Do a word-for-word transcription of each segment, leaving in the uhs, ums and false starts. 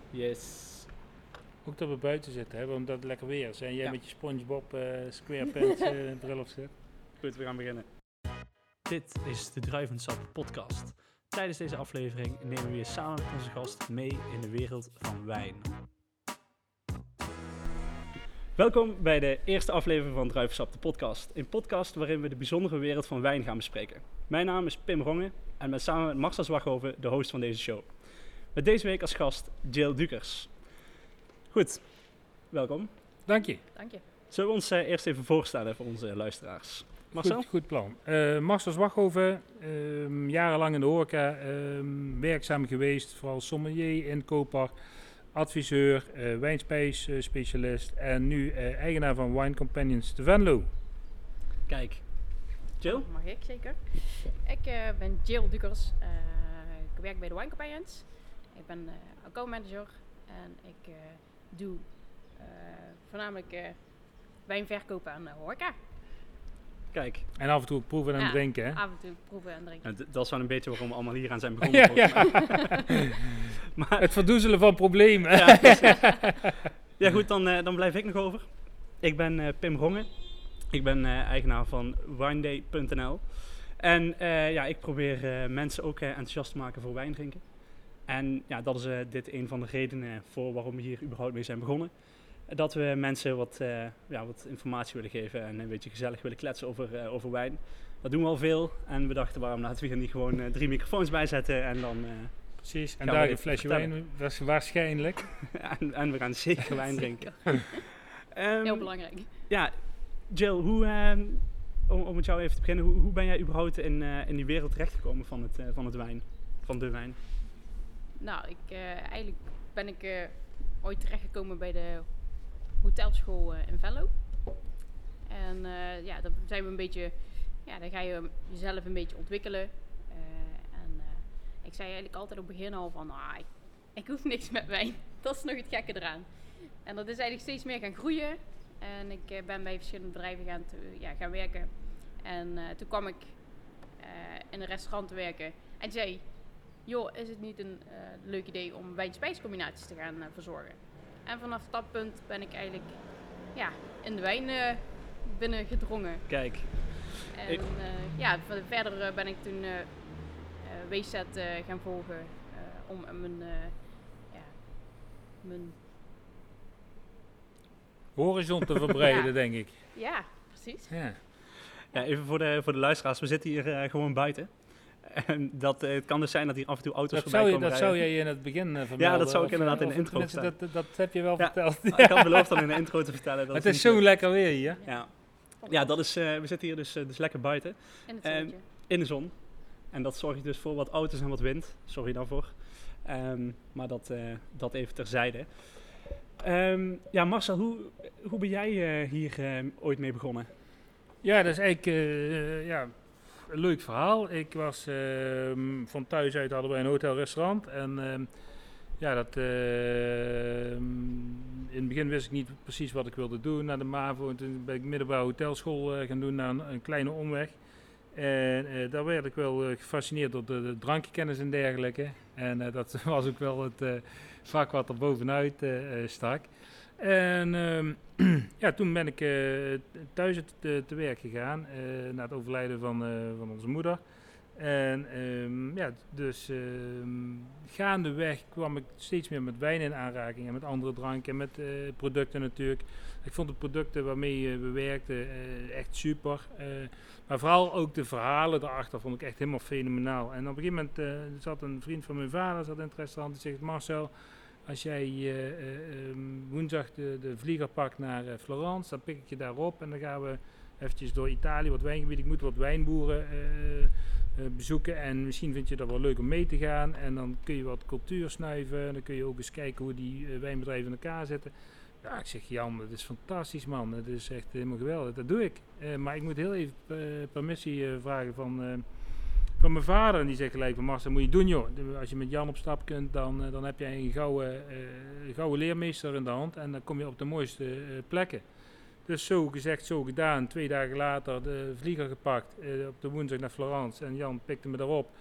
Yes. Ook dat we buiten zitten, hè, omdat het lekker weer is. En jij Ja. met je SpongeBob uh, SquarePants uh, bril op zit. Goed, we gaan beginnen. Dit is de Druivensap podcast. Tijdens deze aflevering nemen we weer samen met onze gast mee in de wereld van wijn. Welkom bij de eerste aflevering van Druivensap de podcast. Een podcast waarin we de bijzondere wereld van wijn gaan bespreken. Mijn naam is Pim Rongen en ben samen met Marcel Zwaghoven de host van deze show. Met deze week als gast Jill Dukers. Goed, welkom. Dank je. Dank je. Zullen we ons uh, eerst even voorstellen voor onze luisteraars? Marcel? Goed, goed plan. Uh, Marcel Zwaghoven, uh, jarenlang in de horeca, uh, werkzaam geweest, vooral sommelier, inkoper, adviseur, uh, wijnspijsspecialist en nu uh, eigenaar van Wine Companions te Venlo. Kijk. Jill? Mag ik, zeker. Ik uh, ben Jill Dukers. Uh, ik werk bij de Wine Companions. Ik ben uh, accountmanager en ik uh, doe uh, voornamelijk uh, wijnverkopen aan uh, horeca. Kijk. En af en toe ook proeven en ja, drinken, hè? af en toe proeven en drinken. Ja, d- dat is wel een beetje waarom we allemaal hier aan zijn begonnen. ja, ja. maar het verdoezelen van problemen. ja, ja, goed, dan, uh, dan blijf ik nog over. Ik ben uh, Pim Rongen. Ik ben uh, eigenaar van wineday punt n l. En uh, ja, ik probeer uh, mensen ook uh, enthousiast te maken voor wijn drinken. En ja, dat is uh, dit een van de redenen voor waarom we hier überhaupt mee zijn begonnen. Dat we mensen wat, uh, ja, wat informatie willen geven en een beetje gezellig willen kletsen over, uh, over wijn. Dat doen we al veel en we dachten waarom laten we hier niet gewoon uh, drie microfoons bij zetten en dan... Uh, Precies, en daar een flesje wijn, dat is waarschijnlijk. en, en we gaan zeker wijn drinken. um, Heel um, belangrijk. Ja, Jill, hoe, uh, om, om met jou even te beginnen, hoe, hoe ben jij überhaupt in, uh, in die wereld terechtgekomen van het, uh, van het wijn, van de wijn? Nou, ik, uh, eigenlijk ben ik uh, ooit terechtgekomen bij de hotelschool uh, in Venlo. En uh, ja, dan zijn we een beetje, ja, dan ga je jezelf een beetje ontwikkelen. Uh, en uh, ik zei eigenlijk altijd op het begin al van, ah, ik, ik hoef niks met wijn. Dat is nog het gekke eraan. En dat is eigenlijk steeds meer gaan groeien. En ik uh, ben bij verschillende bedrijven gaan, te, ja, gaan werken. En uh, toen kwam ik uh, in een restaurant te werken. En die zei, joh, is het niet een uh, leuk idee om wijn-spijscombinaties te gaan uh, verzorgen? En vanaf dat punt ben ik eigenlijk ja, in de wijn uh, binnen gedrongen. Kijk. En ik... uh, ja, verder uh, ben ik toen uh, uh, W Z uh, gaan volgen uh, om uh, mijn, uh, ja, mijn... horizon te verbreiden, ja. denk ik. Ja, precies. Ja. Ja, even voor de, voor de luisteraars, we zitten hier uh, gewoon buiten. En dat, uh, het kan dus zijn dat hier af en toe auto's dat voorbij zou je, komen Dat rijden. zou jij in het begin uh, vermelden. Ja, dat zou ik of, inderdaad in de of, intro dat, vertellen. dat, dat, dat heb je wel ja. verteld. Ja. Ik had beloofd dan in de intro te vertellen. Dat het is is zo lekker weer hier. Ja, ja dat is, uh, we zitten hier dus, uh, dus lekker buiten. In het uh, zonnetje. In de zon. En dat zorgt dus voor wat auto's en wat wind. Sorry daarvoor. Um, maar dat, uh, dat even terzijde. Um, ja, Marcel, hoe, hoe ben jij uh, hier uh, ooit mee begonnen? Ja, dat is eigenlijk uh, ja, een leuk verhaal. Ik was uh, van thuis uit hadden wij een hotelrestaurant. En uh, ja, dat, uh, in het begin wist ik niet precies wat ik wilde doen naar de MAVO. En toen ben ik middelbare hotelschool uh, gaan doen naar een, een kleine omweg. En uh, daar werd ik wel uh, gefascineerd door de, de drankkennis en dergelijke. En uh, dat was ook wel het uh, vak wat er bovenuit uh, uh, stak. En uh, ja, toen ben ik uh, thuis te, te werk gegaan uh, na het overlijden van, uh, van onze moeder. En um, ja, dus uh, gaandeweg kwam ik steeds meer met wijn in aanraking en met andere dranken en met uh, producten natuurlijk. Ik vond de producten waarmee uh, we werkten uh, echt super. Uh, maar vooral ook de verhalen daarachter vond ik echt helemaal fenomenaal. En op een gegeven moment uh, zat een vriend van mijn vader zat in het restaurant en zegt: Marcel, als jij uh, uh, um, woensdag de, de vlieger pakt naar uh, Florence, dan pik ik je daarop en dan gaan we eventjes door Italië, wat wijngebied. Ik moet wat wijnboeren uh, uh, bezoeken en misschien vind je dat wel leuk om mee te gaan. En dan kun je wat cultuur snuiven en dan kun je ook eens kijken hoe die uh, wijnbedrijven in elkaar zitten. Ja, ik zeg, Jan, dat is fantastisch, man. Dat is echt helemaal geweldig. Dat doe ik. Uh, maar ik moet heel even uh, permissie uh, vragen van, uh, van mijn vader. En die zegt gelijk van, Marcel, moet je doen, joh. Als je met Jan op stap kunt, dan, uh, dan heb jij een gouden, uh, gouden leermeester in de hand. En dan kom je op de mooiste uh, plekken. Dus zo gezegd, zo gedaan. Twee dagen later de vlieger gepakt uh, op de woensdag naar Florence. En Jan pikte me daarop.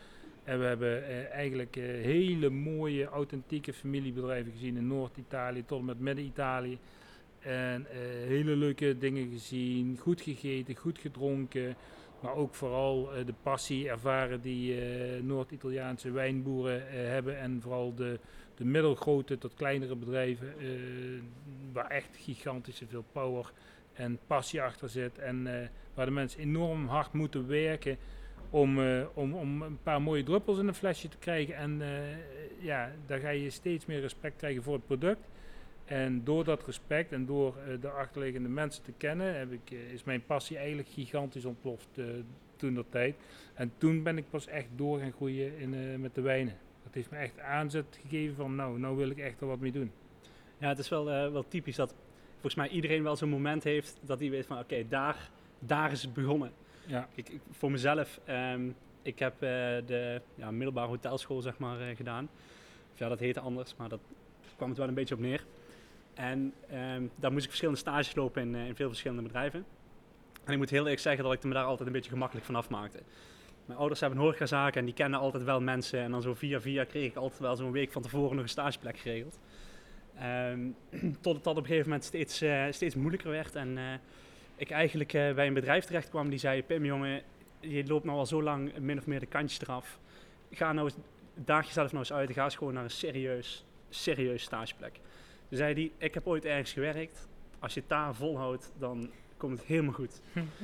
En we hebben uh, eigenlijk uh, hele mooie, authentieke familiebedrijven gezien in Noord-Italië tot en met Midden-Italië. En uh, hele leuke dingen gezien, goed gegeten, goed gedronken. Maar ook vooral uh, de passie ervaren die uh, Noord-Italiaanse wijnboeren uh, hebben. En vooral de, de middelgrote tot kleinere bedrijven, uh, waar echt gigantische veel power en passie achter zit. En uh, waar de mensen enorm hard moeten werken om, uh, om, om een paar mooie druppels in een flesje te krijgen. En uh, ja, daar ga je steeds meer respect krijgen voor het product. En door dat respect en door uh, de achterliggende mensen te kennen, heb ik, uh, is mijn passie eigenlijk gigantisch ontploft uh, toen dat tijd. En toen ben ik pas echt door gaan groeien in, uh, met de wijnen. Dat heeft me echt aanzet gegeven van nou, nou wil ik echt er wat mee doen. Ja, het is wel, uh, wel typisch dat volgens mij iedereen wel zo'n moment heeft dat hij weet van oké, okay, daar, daar is het begonnen. Ja. Ik, ik, voor mezelf, um, ik heb uh, de ja, middelbare hotelschool zeg maar uh, gedaan. Of ja, dat heette anders, maar dat kwam het wel een beetje op neer. En um, daar moest ik verschillende stages lopen in, uh, in veel verschillende bedrijven. En ik moet heel eerlijk zeggen dat ik me daar altijd een beetje gemakkelijk van afmaakte. Mijn ouders hebben een horecazaak en die kennen altijd wel mensen. En dan zo via via kreeg ik altijd wel zo'n week van tevoren nog een stageplek geregeld. Um, tot het dat op een gegeven moment steeds, uh, steeds moeilijker werd. En uh, ik eigenlijk uh, bij een bedrijf terecht kwam die zei: Pim jongen, je loopt nou al zo lang min of meer de kantjes eraf. Ga nou eens, daag jezelf nou eens uit en ga eens gewoon naar een serieus, serieus stageplek. Toen zei hij: ik heb ooit ergens gewerkt. Als je het daar volhoudt, dan komt het helemaal goed.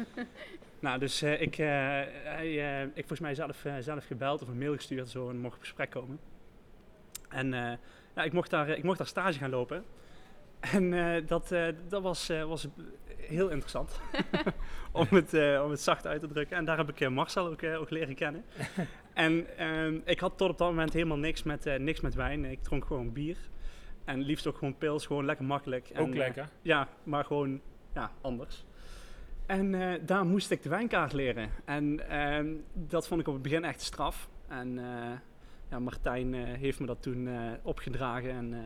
Nou, dus uh, ik, uh, hij, uh, ik volgens mij zelf, uh, zelf gebeld of een mail gestuurd zo en mocht op gesprek komen. En uh, ja, ik, mocht daar, ik mocht daar stage gaan lopen. En uh, dat, uh, dat was, uh, was heel interessant, om, het, uh, om het zacht uit te drukken. En daar heb ik uh, Marcel ook, uh, ook leren kennen. En uh, ik had tot op dat moment helemaal niks met, uh, niks met wijn. Ik dronk gewoon bier. En liefst ook gewoon pils, gewoon lekker makkelijk. Ook en, lekker? Uh, ja, maar gewoon ja, anders. En uh, daar moest ik de wijnkaart leren. En uh, dat vond ik op het begin echt straf. En uh, ja, Martijn uh, heeft me dat toen uh, opgedragen. En uh,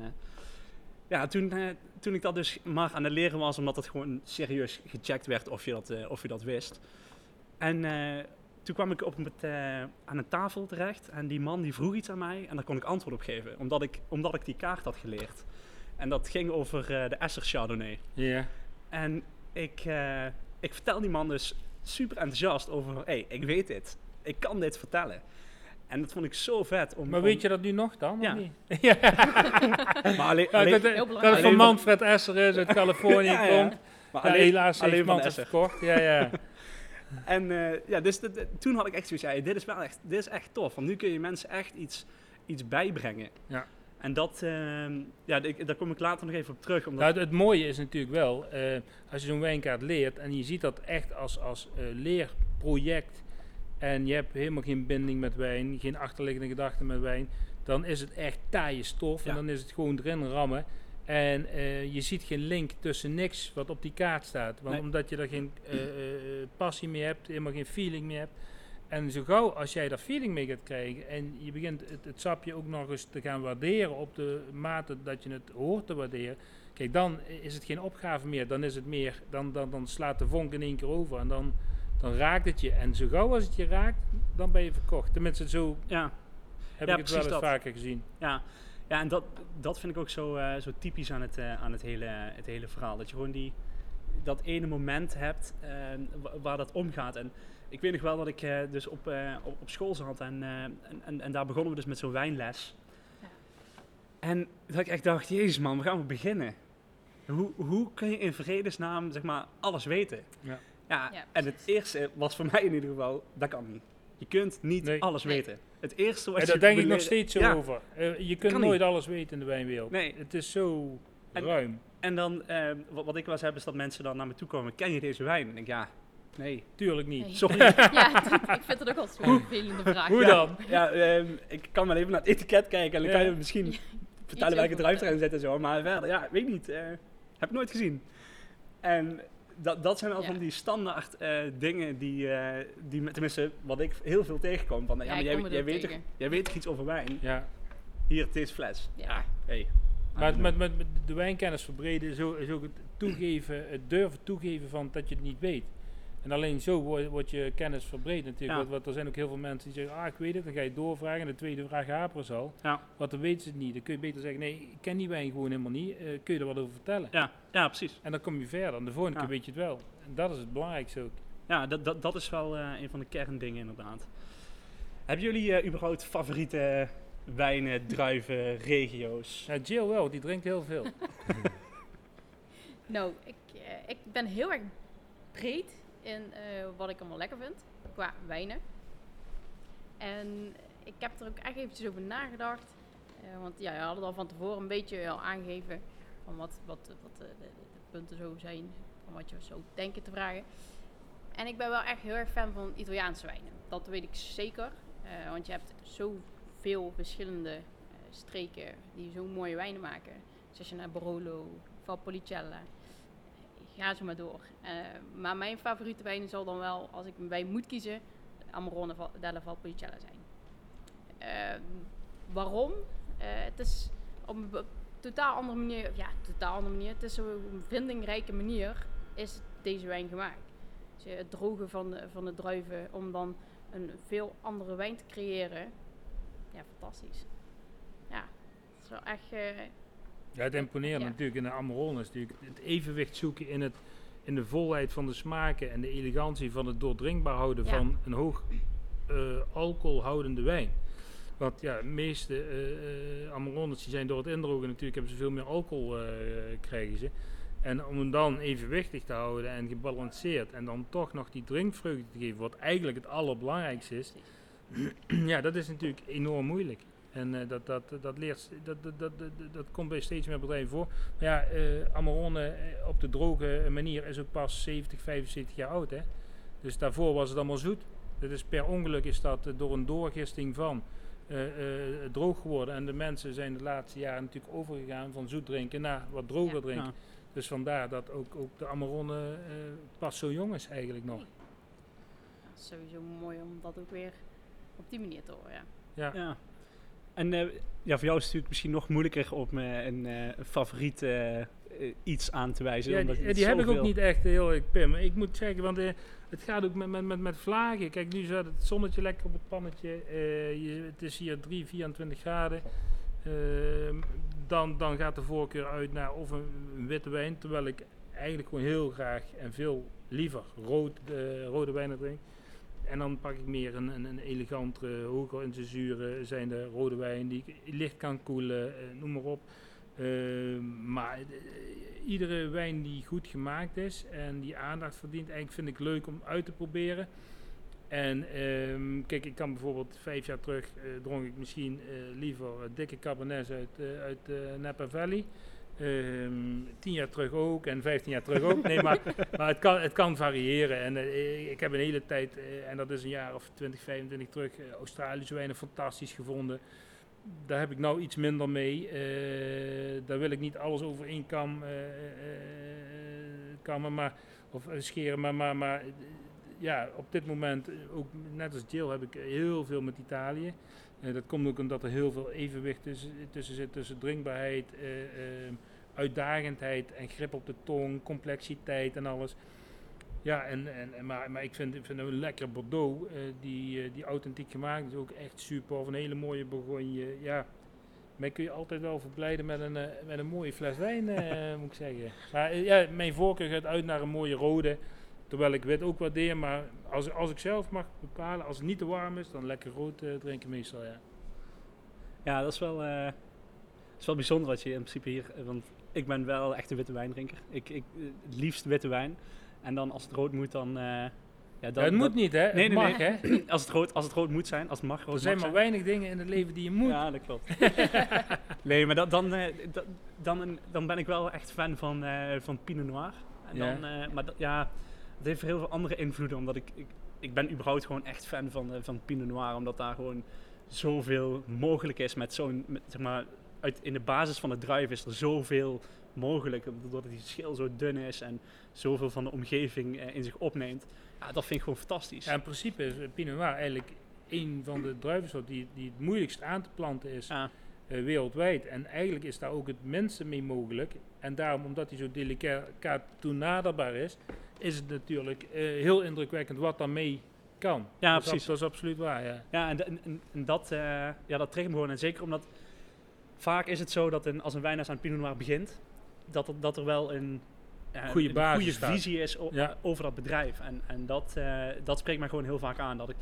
ja, toen, uh, toen ik dat dus maar aan het leren was, omdat het gewoon serieus gecheckt werd of je dat, uh, of je dat wist. En uh, toen kwam ik op met, uh, aan een tafel terecht en die man die vroeg iets aan mij en daar kon ik antwoord op geven. Omdat ik, omdat ik die kaart had geleerd. En dat ging over uh, de Esser Chardonnay. Ja. Yeah. En ik, uh, ik vertel die man dus super enthousiast over, hé, hey, ik weet dit. Ik kan dit vertellen. En dat vond ik zo vet. Om, maar om... weet je dat nu nog dan? Ja. Of niet? Ja. maar alleen, ja, alleen, dat, dat, dat het van Manfred Esser is, uit Californië ja, ja. komt. Maar ja, alleen, helaas alleen heeft Manfred verkocht. Ja, ja. En uh, ja, dus de, de, toen had ik echt zoiets, ja, dit is wel echt, dit is echt tof. Want nu kun je mensen echt iets, iets bijbrengen. Ja. En dat, uh, ja, de, daar kom ik later nog even op terug. Omdat nou, het, het mooie is natuurlijk wel, uh, als je zo'n wijnkaart leert en je ziet dat echt als, als uh, leerproject en je hebt helemaal geen binding met wijn, geen achterliggende gedachten met wijn, dan is het echt taaie stof ja. En dan is het gewoon erin rammen. En uh, je ziet geen link tussen niks wat op die kaart staat. Want nee. Omdat je daar geen uh, uh, passie meer hebt, helemaal geen feeling meer hebt. En zo gauw als jij daar feeling mee gaat krijgen en je begint het, het sapje ook nog eens te gaan waarderen op de mate dat je het hoort te waarderen. Kijk, dan is het geen opgave meer. Dan is het meer, dan, dan, dan slaat de vonk in één keer over en dan, dan raakt het je. En zo gauw als het je raakt, dan ben je verkocht. Tenminste, zo ja. heb ja, ik het wel eens dat. vaker gezien. Ja. Ja, en dat, dat vind ik ook zo, uh, zo typisch aan, het, uh, aan het, hele, het hele verhaal. Dat je gewoon die, dat ene moment hebt uh, waar dat omgaat. En ik weet nog wel dat ik uh, dus op, uh, op, op school zat en, uh, en, en, en daar begonnen we dus met zo'n wijnles. Ja. En dat ik echt dacht, jezus man, waar gaan we beginnen? Hoe, hoe kun je in vredesnaam zeg maar alles weten? Ja. Ja, ja, en het eerste was voor mij in ieder geval, dat kan niet. Je kunt niet nee. alles nee. weten. Het eerste wat en je daar denk ik nog nog steeds zo ja. over. Uh, je kunt nooit niet. alles weten in de wijnwereld. Nee. Het is zo en, ruim. En dan, uh, wat, wat ik wel eens heb, is dat mensen dan naar me toe komen. Ken je deze wijn? En ik denk, ja, nee. Tuurlijk niet. Nee. Sorry. Ja, ik vind het ook altijd zo'n vervelende vraag. Hoe ja, dan? Ja, um, ik kan wel even naar het etiket kijken en dan ja. kan je misschien ja. vertellen welke druif erin zit en zo. Maar verder, ja, weet ik niet. Uh, heb ik nooit gezien. En dat, dat zijn wel ja. van die standaard uh, dingen die, uh, die, tenminste, wat ik heel veel tegenkom. Van, ja, ja, maar jij, jij, weet er, jij weet er iets over wijn. Ja. Hier, deze fles. Ja, ja hey. Maar met, met, met de wijnkennis verbreden is ook, is ook het toegeven, het durven toegeven van dat je het niet weet. En alleen zo wordt, wordt je kennis verbreed natuurlijk. Ja. Want, want er zijn ook heel veel mensen die zeggen, ah, ik weet het, dan ga je doorvragen. En de tweede vraag haperen ze al. Ja. Want dan weten ze het niet. Dan kun je beter zeggen, nee, ik ken die wijn gewoon helemaal niet. Uh, kun je er wat over vertellen? Ja, ja, precies. En dan kom je verder. En de volgende Ja. keer weet je het wel. En dat is het belangrijkste ook. Ja, dat, dat, dat is wel uh, een van de kerndingen inderdaad. Hebben jullie uh, überhaupt favoriete wijnen, druiven, regio's? Ja, Jill wel, die drinkt heel veel. Nou, ik, uh, ik ben heel erg breed in uh, wat ik allemaal lekker vind qua wijnen. En ik heb er ook echt eventjes over nagedacht. Uh, want ja, je had het al van tevoren een beetje al aangegeven van wat, wat, wat de, de, de punten zo zijn, van wat je zou denken te vragen. En ik ben wel echt heel erg fan van Italiaanse wijnen. Dat weet ik zeker. Uh, want je hebt zoveel verschillende uh, streken die zo mooie wijnen maken. Zoals je naar Barolo, Valpolicella. Ga zo maar door. Uh, maar mijn favoriete wijn zal dan wel, als ik een wijn moet kiezen, Amarone della Valpolicella zijn. Uh, waarom? Uh, het is op een be- totaal andere manier, ja, totaal andere manier. Het is op een vindingrijke manier is deze wijn gemaakt. Dus het drogen van de, van de druiven om dan een veel andere wijn te creëren. Ja, fantastisch. Ja, het is wel echt... Uh, Ja, het imponeert ja. natuurlijk in de Amarone is natuurlijk het evenwicht zoeken in, het, in de volheid van de smaken en de elegantie van het doordrinkbaar houden Ja. van een hoog uh, alcoholhoudende wijn. Want ja, de meeste uh, uh, Amarones die zijn door het indrogen natuurlijk, hebben ze veel meer alcohol uh, krijgen ze. En om hem dan evenwichtig te houden en gebalanceerd en dan toch nog die drinkvreugde te geven, wat eigenlijk het allerbelangrijkste is, ja, dat is natuurlijk enorm moeilijk. En uh, dat, dat, dat, leert, dat, dat, dat, dat, dat komt bij steeds meer bedrijven voor. Maar ja, uh, Amarone uh, op de droge manier is ook pas zeventig, vijfenzeventig jaar oud. Hè? Dus daarvoor was het allemaal zoet. Dat is per ongeluk is dat uh, door een doorgisting van uh, uh, droog geworden. En de mensen zijn de laatste jaren natuurlijk overgegaan van zoet drinken naar wat droger Ja. drinken. Ja. Dus vandaar dat ook, ook de Amarone uh, pas zo jong is eigenlijk nog. ja, sowieso mooi om dat ook weer op die manier te horen. Ja. Ja. Ja. En uh, ja, voor jou is het natuurlijk misschien nog moeilijker om uh, een, uh, een favoriet uh, uh, iets aan te wijzen. Ja, omdat die, het die heb ik zoveel- ook niet echt heel erg, Pim. Ik moet zeggen, want uh, het gaat ook met, met, met, met vlagen. Kijk, nu zat het zonnetje lekker op het pannetje. Uh, je, het is hier drie, vierentwintig graden. Uh, dan, dan gaat de voorkeur uit naar of een, een witte wijn. Terwijl ik eigenlijk gewoon heel graag en veel liever rood, uh, rode wijnen drink. En dan pak ik meer een, een, een elegantere, hoger in zijn zuren zijn de rode wijn die ik licht kan koelen, uh, noem maar op. Uh, maar uh, iedere wijn die goed gemaakt is en die aandacht verdient, eigenlijk vind ik leuk om uit te proberen. En um, kijk, ik kan bijvoorbeeld vijf jaar terug uh, dronk ik misschien uh, liever uh, dikke Cabernets uit, uh, uit uh, Napa Valley. Um, tien jaar terug ook en vijftien jaar terug ook. Nee, maar, maar het, kan, het kan variëren. En uh, ik heb een hele tijd, uh, en dat is een jaar of twintig, vijfentwintig terug, uh, Australische wijnen fantastisch gevonden. Daar heb ik nou iets minder mee. Uh, daar wil ik niet alles over één kam uh, uh, kammen, maar, of uh, scheren. Maar, maar, maar uh, ja, op dit moment, uh, ook net als Jill, heb ik heel veel met Italië. Uh, dat komt ook omdat er heel veel evenwicht tussen, tussen zit, tussen drinkbaarheid, uh, uh, uitdagendheid en grip op de tong, complexiteit en alles. Ja, en, en, maar, maar ik vind, ik vind een lekker Bordeaux, uh, die, uh, die authentiek gemaakt is, ook echt super. Of een hele mooie Bourgogne. Ja, mij kun je altijd wel verblijden met een, uh, met een mooie fles wijn, uh, moet ik zeggen. Maar uh, ja, mijn voorkeur gaat uit naar een mooie rode. Terwijl ik wit ook waardeer, maar als, als ik zelf mag bepalen, als het niet te warm is, dan lekker rood uh, drinken meestal, ja. Ja, dat is wel, uh, dat is wel bijzonder wat je in principe hier... Want ik ben wel echt een witte wijndrinker. Ik, ik, het liefst witte wijn. En dan als het rood moet, dan... Uh, ja, dan ja, het moet dat, niet, hè? Nee, Het nee, mag, nee. hè? Als het, rood, als het rood moet zijn, als het mag rood Er zijn mag maar zijn. weinig dingen in het leven die je moet. Ja, dat klopt. Nee, maar dat, dan, uh, dat, dan, dan ben ik wel echt fan van, uh, van Pinot Noir. En Ja. dan, uh, maar dat, ja, het heeft heel veel andere invloeden. Omdat ik, ik, ik ben überhaupt gewoon echt fan van, uh, van Pinot Noir. Omdat daar gewoon zoveel mogelijk is met zo'n, met, zeg maar, uit, in de basis van de druif is er zoveel mogelijk. Doordat die schil zo dun is en zoveel van de omgeving uh, in zich opneemt. Ja, dat vind ik gewoon fantastisch. Ja, in principe is Pinot Noir eigenlijk een van de druivensoorten die, die het moeilijkst aan te planten is. Ja. uh, wereldwijd. En eigenlijk is daar ook het minste mee mogelijk. En daarom, omdat hij zo delicaat toenaderbaar is, is het natuurlijk uh, heel indrukwekkend wat daarmee kan. Ja, dat precies. Is, dat is absoluut waar, ja. Ja, en, en, en dat, uh, ja, dat triggert me gewoon. En zeker omdat vaak is het zo dat een, als een wijnhuis aan Pinot Noir begint, dat er, dat er wel een, uh, goede, een basis goede staat. visie is o- Ja. over dat bedrijf. En, en dat, uh, dat spreekt mij gewoon heel vaak aan. Dat ik,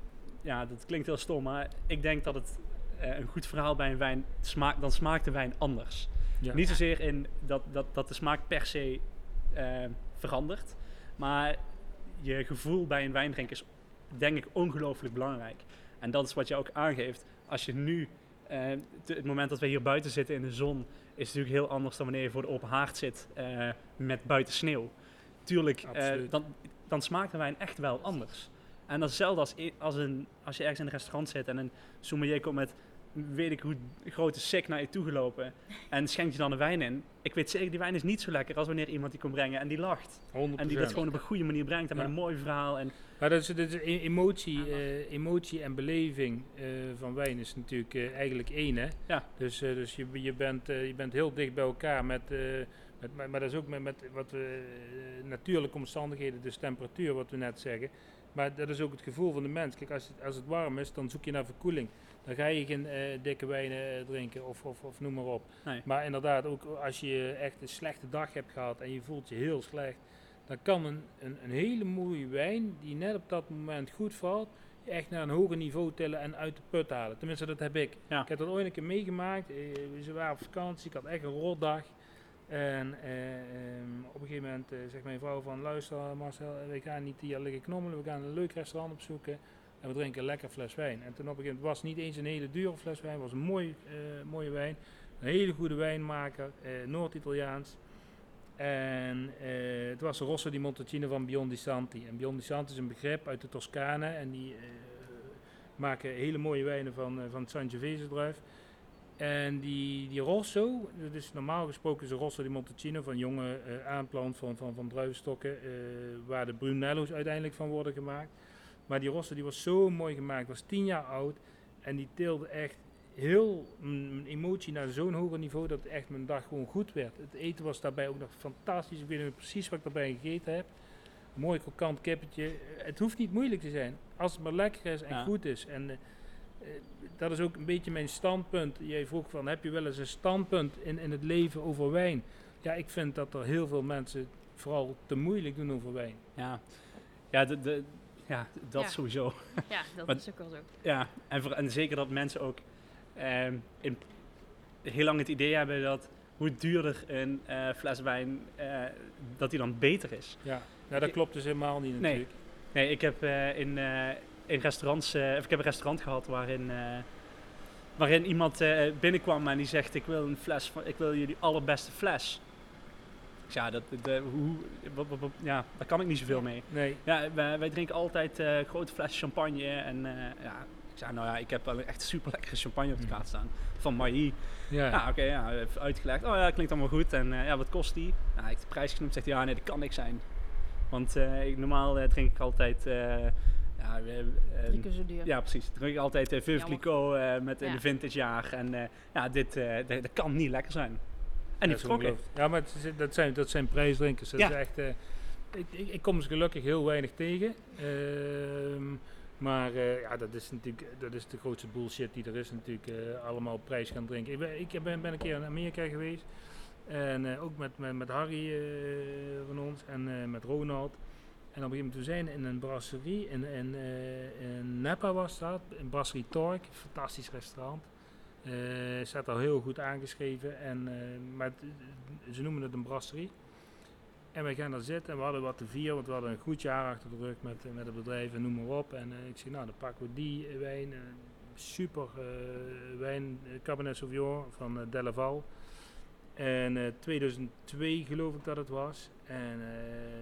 ja, dat klinkt heel stom, maar ik denk dat het uh, een goed verhaal bij een wijn smaakt, dan smaakt de wijn anders. Ja. Niet zozeer in dat, dat, dat de smaak per se uh, verandert, maar je gevoel bij een wijn drinken is denk ik ongelooflijk belangrijk. En dat is wat je ook aangeeft. Als je nu, uh, te, het moment dat we hier buiten zitten in de zon, is het natuurlijk heel anders dan wanneer je voor de open haard zit uh, met buiten sneeuw. Tuurlijk, uh, dan, dan smaakt de wijn echt wel anders. En dat is hetzelfde als, als, een, als je ergens in een restaurant zit en een sommelier komt met weet ik hoe grote sik naar je toe gelopen en schenkt je dan een wijn in. Ik weet zeker, die wijn is niet zo lekker als wanneer iemand die komt brengen en die lacht. honderd procent. En die dat gewoon op een goede manier brengt en ja. met een mooi verhaal. En maar dat is, dat is emotie, uh, emotie en beleving uh, van wijn is natuurlijk uh, eigenlijk één, hè? Ja. Dus, uh, dus je, je, bent, uh, je bent heel dicht bij elkaar met, uh, met maar, maar dat is ook met, met wat we, uh, natuurlijke omstandigheden, dus temperatuur, wat we net zeggen. Maar dat is ook het gevoel van de mens. Kijk, als het, als het warm is, dan zoek je naar verkoeling. Dan ga je geen uh, dikke wijnen uh, drinken of, of, of noem maar op. Nee. Maar inderdaad, ook als je echt een slechte dag hebt gehad en je voelt je heel slecht, dan kan een, een, een hele mooie wijn, die net op dat moment goed valt, je echt naar een hoger niveau tillen en uit de put halen. Tenminste, dat heb ik. Ja. Ik heb dat ooit een keer meegemaakt. Uh, ze waren op vakantie, ik had echt een rotdag. En uh, um, op een gegeven moment uh, zegt mijn vrouw van, luister Marcel, we gaan niet hier liggen knommelen, we gaan een leuk restaurant opzoeken. En we drinken een lekker fles wijn. En toen op een gegeven moment was het niet eens een hele dure fles wijn, het was een mooi, uh, mooie wijn. Een hele goede wijnmaker, uh, Noord-Italiaans. En uh, het was de Rosso di Montalcino van Biondi Santi. En Biondi Santi is een begrip uit de Toscane. En die uh, maken hele mooie wijnen van, uh, van het Sangiovese druif. En die, die Rosso, dus normaal gesproken is de Rosso di Montalcino van jonge uh, aanplant van, van, van druivenstokken, uh, waar de Brunello's uiteindelijk van worden gemaakt. Maar die Rosso die was zo mooi gemaakt, was tien jaar oud en die teelde echt heel mijn emotie naar zo'n hoger niveau dat echt mijn dag gewoon goed werd. Het eten was daarbij ook nog fantastisch, ik weet niet precies wat ik daarbij gegeten heb. Mooi krokant kippetje, het hoeft niet moeilijk te zijn, als het maar lekker is en ja. goed is. En uh, uh, dat is ook een beetje mijn standpunt. Jij vroeg van, heb je wel eens een standpunt in, in het leven over wijn? Ja, ik vind dat er heel veel mensen vooral te moeilijk doen over wijn. Ja, ja de... de Ja, dat ja. sowieso. Ja, dat maar, is ook wel zo. Ja, en, voor, en zeker dat mensen ook eh, in, heel lang het idee hebben dat hoe duurder een uh, fles wijn, uh, dat die dan beter is. Ja, nou, dat klopt dus helemaal niet natuurlijk. Nee, nee ik heb uh, in, uh, in restaurants, uh, ik heb een restaurant gehad waarin, uh, waarin iemand uh, binnenkwam en die zegt, ik wil een fles, van, ik wil jullie allerbeste fles. Ja, dat, de, hoe, wat, wat, wat, ja, daar kan ik niet zoveel mee. Nee. Ja, wij, wij drinken altijd uh, grote flessen champagne. En uh, ja, ik zei, nou ja, ik heb wel echt super lekkere champagne op de kaart staan. Van Mailly. Ja, ja oké, okay, ja, even uitgelegd. Oh ja, klinkt allemaal goed. En uh, ja, wat kost die? Nou, ik heb de prijs genoemd. Zegt hij, ja, nee, dat kan niks zijn. Want uh, ik, normaal uh, drink ik altijd... Uh, ja, uh, Drie keer zo duur. Ja, precies. Drink ik altijd uh, Veuve Clicquot uh, met ja. in de vintage jaar. En uh, ja, dit uh, dat, dat kan niet lekker zijn. En die vertrokken. Ja, maar het is, dat, zijn, dat zijn prijsdrinkers. Dat ja. is echt, uh, ik, ik, ik kom ze gelukkig heel weinig tegen. Uh, maar uh, ja, dat is natuurlijk dat is de grootste bullshit die er is. Natuurlijk uh, allemaal op prijs gaan drinken. Ik ben, ik ben, ben een keer in Amerika geweest. En uh, ook met, met, met Harry uh, van ons en uh, met Ronald. En op een gegeven moment, we zijn in een brasserie. In, in, uh, in Napa was dat. In Brasserie Torque. Fantastisch restaurant. Uh, staat al heel goed aangeschreven, en, uh, maar t, ze noemen het een brasserie. En wij gaan daar zitten en we hadden wat te vieren, want we hadden een goed jaar achter de rug met, met het bedrijf en noem maar op. En uh, ik zeg, nou dan pakken we die uh, wijn, uh, super uh, wijn, uh, Cabernet Sauvignon van uh, Delaval. En uh, tweeduizend twee geloof ik dat het was. En uh,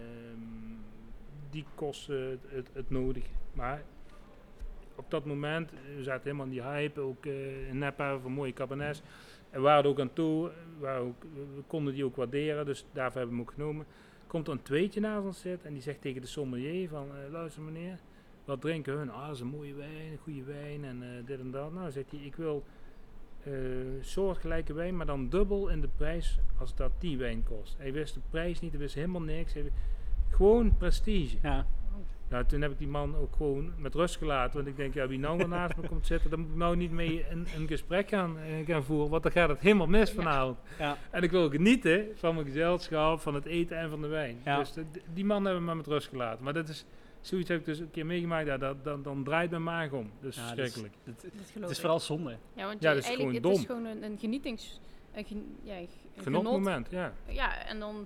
die kost uh, het, het, het nodige. Maar op dat moment, we zaten helemaal in die hype, ook uh, in Napa voor mooie cabernets. En we waren er ook aan toe, we, ook, we konden die ook waarderen, dus daarvoor hebben we hem ook genomen. Komt er een tweetje naast ons zitten en die zegt tegen de sommelier van, uh, luister meneer, wat drinken hun? Ah, dat is een mooie wijn, een goede wijn en uh, dit en dat. Nou, zegt hij, ik wil uh, soortgelijke wijn, maar dan dubbel in de prijs als dat die wijn kost. Hij wist de prijs niet, hij wist helemaal niks. Hij, gewoon prestige. Ja. Nou, toen heb ik die man ook gewoon met rust gelaten. Want ik denk, ja, wie nou maar naast me komt zitten, dan moet ik nou niet mee een, een gesprek gaan, uh, gaan voeren. Want dan gaat het helemaal mis vanavond. Ja. En ik wil genieten van mijn gezelschap, van het eten en van de wijn. Ja. Dus de, die man hebben we maar met rust gelaten. Maar dat is, zoiets heb ik dus een keer meegemaakt. Ja, dat, dat, dan draait mijn maag om. Dus Ja, verschrikkelijk. dat is- dat- Dat geloof het is ik. vooral zonde. Ja, want Ja, je, dat is eigenlijk, gewoon het dom. is gewoon een, een genietings... Een gen, ja, een Genot genot. moment, ja. Ja, en dan...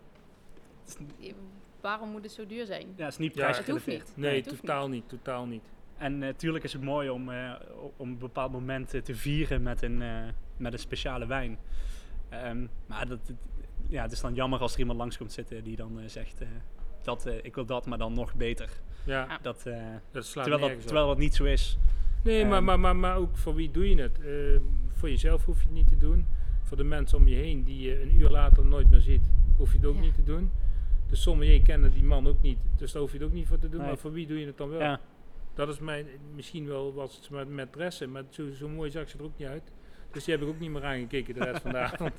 Waarom moet het zo duur zijn? Ja, het is niet Ja, prijsgerelateerd. het hoeft Nee, het hoeft totaal niet. Totaal niet. En natuurlijk is het mooi om, eh, om een bepaald moment eh, te vieren met een, eh, met een speciale wijn. Ehm, maar dat, het- ja, het is dan jammer als er iemand langs komt zitten die dan eh, zegt, eh, dat, eh, ik wil dat, maar dan nog beter. Ja, Ja. Dat, eh, dat slaat terwijl, dat, nergens op. terwijl dat niet zo is. Nee, maar, Ehm, maar, maar, maar ook voor wie doe je het? Uh, voor jezelf hoef je het niet te doen. Voor de mensen om je heen die je een uur later nooit meer ziet, hoef je het ook Ja. niet te doen. De sommier kennen die man ook niet, dus daar hoef je het ook niet voor te doen. Nee. Maar voor wie doe je het dan wel? Ja, Dat is mijn, misschien wel was het met, met dressen, maar zo, zo mooi zag ze er ook niet uit. Dus die heb ik ook niet meer aangekeken de rest van de avond.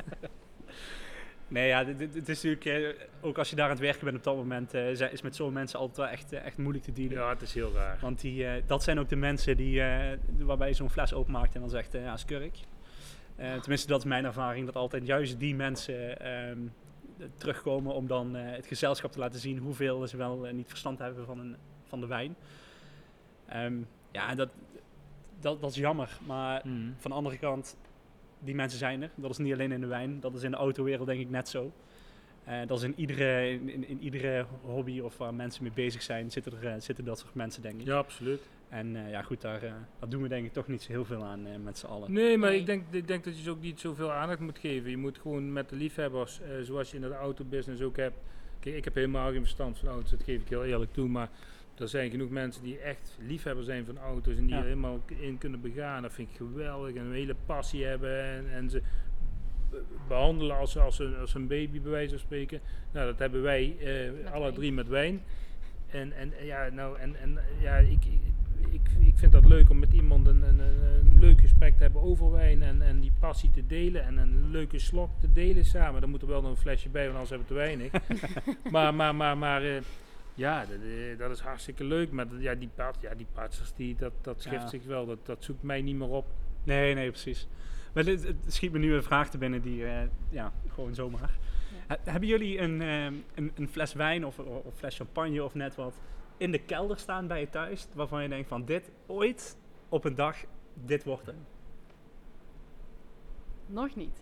nee, ja, dit- dit- het is natuurlijk, eh, ook als je daar aan het werken bent op dat moment, eh, zijn- is met zo'n mensen altijd wel echt, eh, echt moeilijk te dealen. Ja, het is heel raar. Want die, eh, dat zijn ook de mensen die, eh, waarbij je zo'n fles openmaakt en dan zegt, eh, ja, skurk. Eh, tenminste, dat is mijn ervaring, dat altijd juist die mensen ehm, terugkomen om dan eh, het gezelschap te laten zien hoeveel ze wel eh, niet verstand hebben van, een, van de wijn. Ehm, ja, en dat, dat, dat is jammer, maar Mm. van de andere kant, die mensen zijn er. Dat is niet alleen in de wijn, dat is in de autowereld denk ik net zo. Eh, dat is in iedere, in, in, in iedere hobby of waar mensen mee bezig zijn, zitten, er, eh, zitten dat soort mensen denk ik. Ja, absoluut. En eh, ja goed, daar, eh, daar doen we denk ik toch niet zo heel veel aan eh, met z'n allen. Nee, maar Nee. ik denk, ik denk dat je ze ook niet zoveel aandacht moet geven. Je moet gewoon met de liefhebbers, eh, zoals je in de autobusiness ook hebt. Kijk, ik heb helemaal geen verstand van auto's, dat geef ik heel eerlijk toe. Maar er zijn genoeg mensen die echt liefhebber zijn van auto's en die Ja. er helemaal k- in kunnen begaan. Dat vind ik geweldig en een hele passie hebben en, en ze be- behandelen als, als, een, als een baby bij wijze van spreken. Nou, dat hebben wij eh, alle wijn. drie met wijn. En, en en ja, nou, en, en ja, ik, ik, ik, ik vind dat leuk om met iemand een, een, een, een leuk gesprek te hebben over wijn en, en die passie te delen en een leuke slok te delen samen. Dan moet er wel nog een flesje bij, want anders hebben we te weinig. maar maar, maar, maar eh, ja, dat, eh, dat is hartstikke leuk. Maar dat- ja, die, pat, ja, die patsers, die, dat, dat schrift Ja. zich wel, dat, dat zoekt mij niet meer op. Nee, nee, precies. Maar dit, het schiet me nu een vraag te binnen die, eh, ja, gewoon zomaar. Ja. Ha- hebben jullie een, ehm, een, een fles wijn of of een fles champagne of net wat in de kelder staan bij je thuis, waarvan je denkt van dit ooit op een dag, dit wordt het? Nog niet.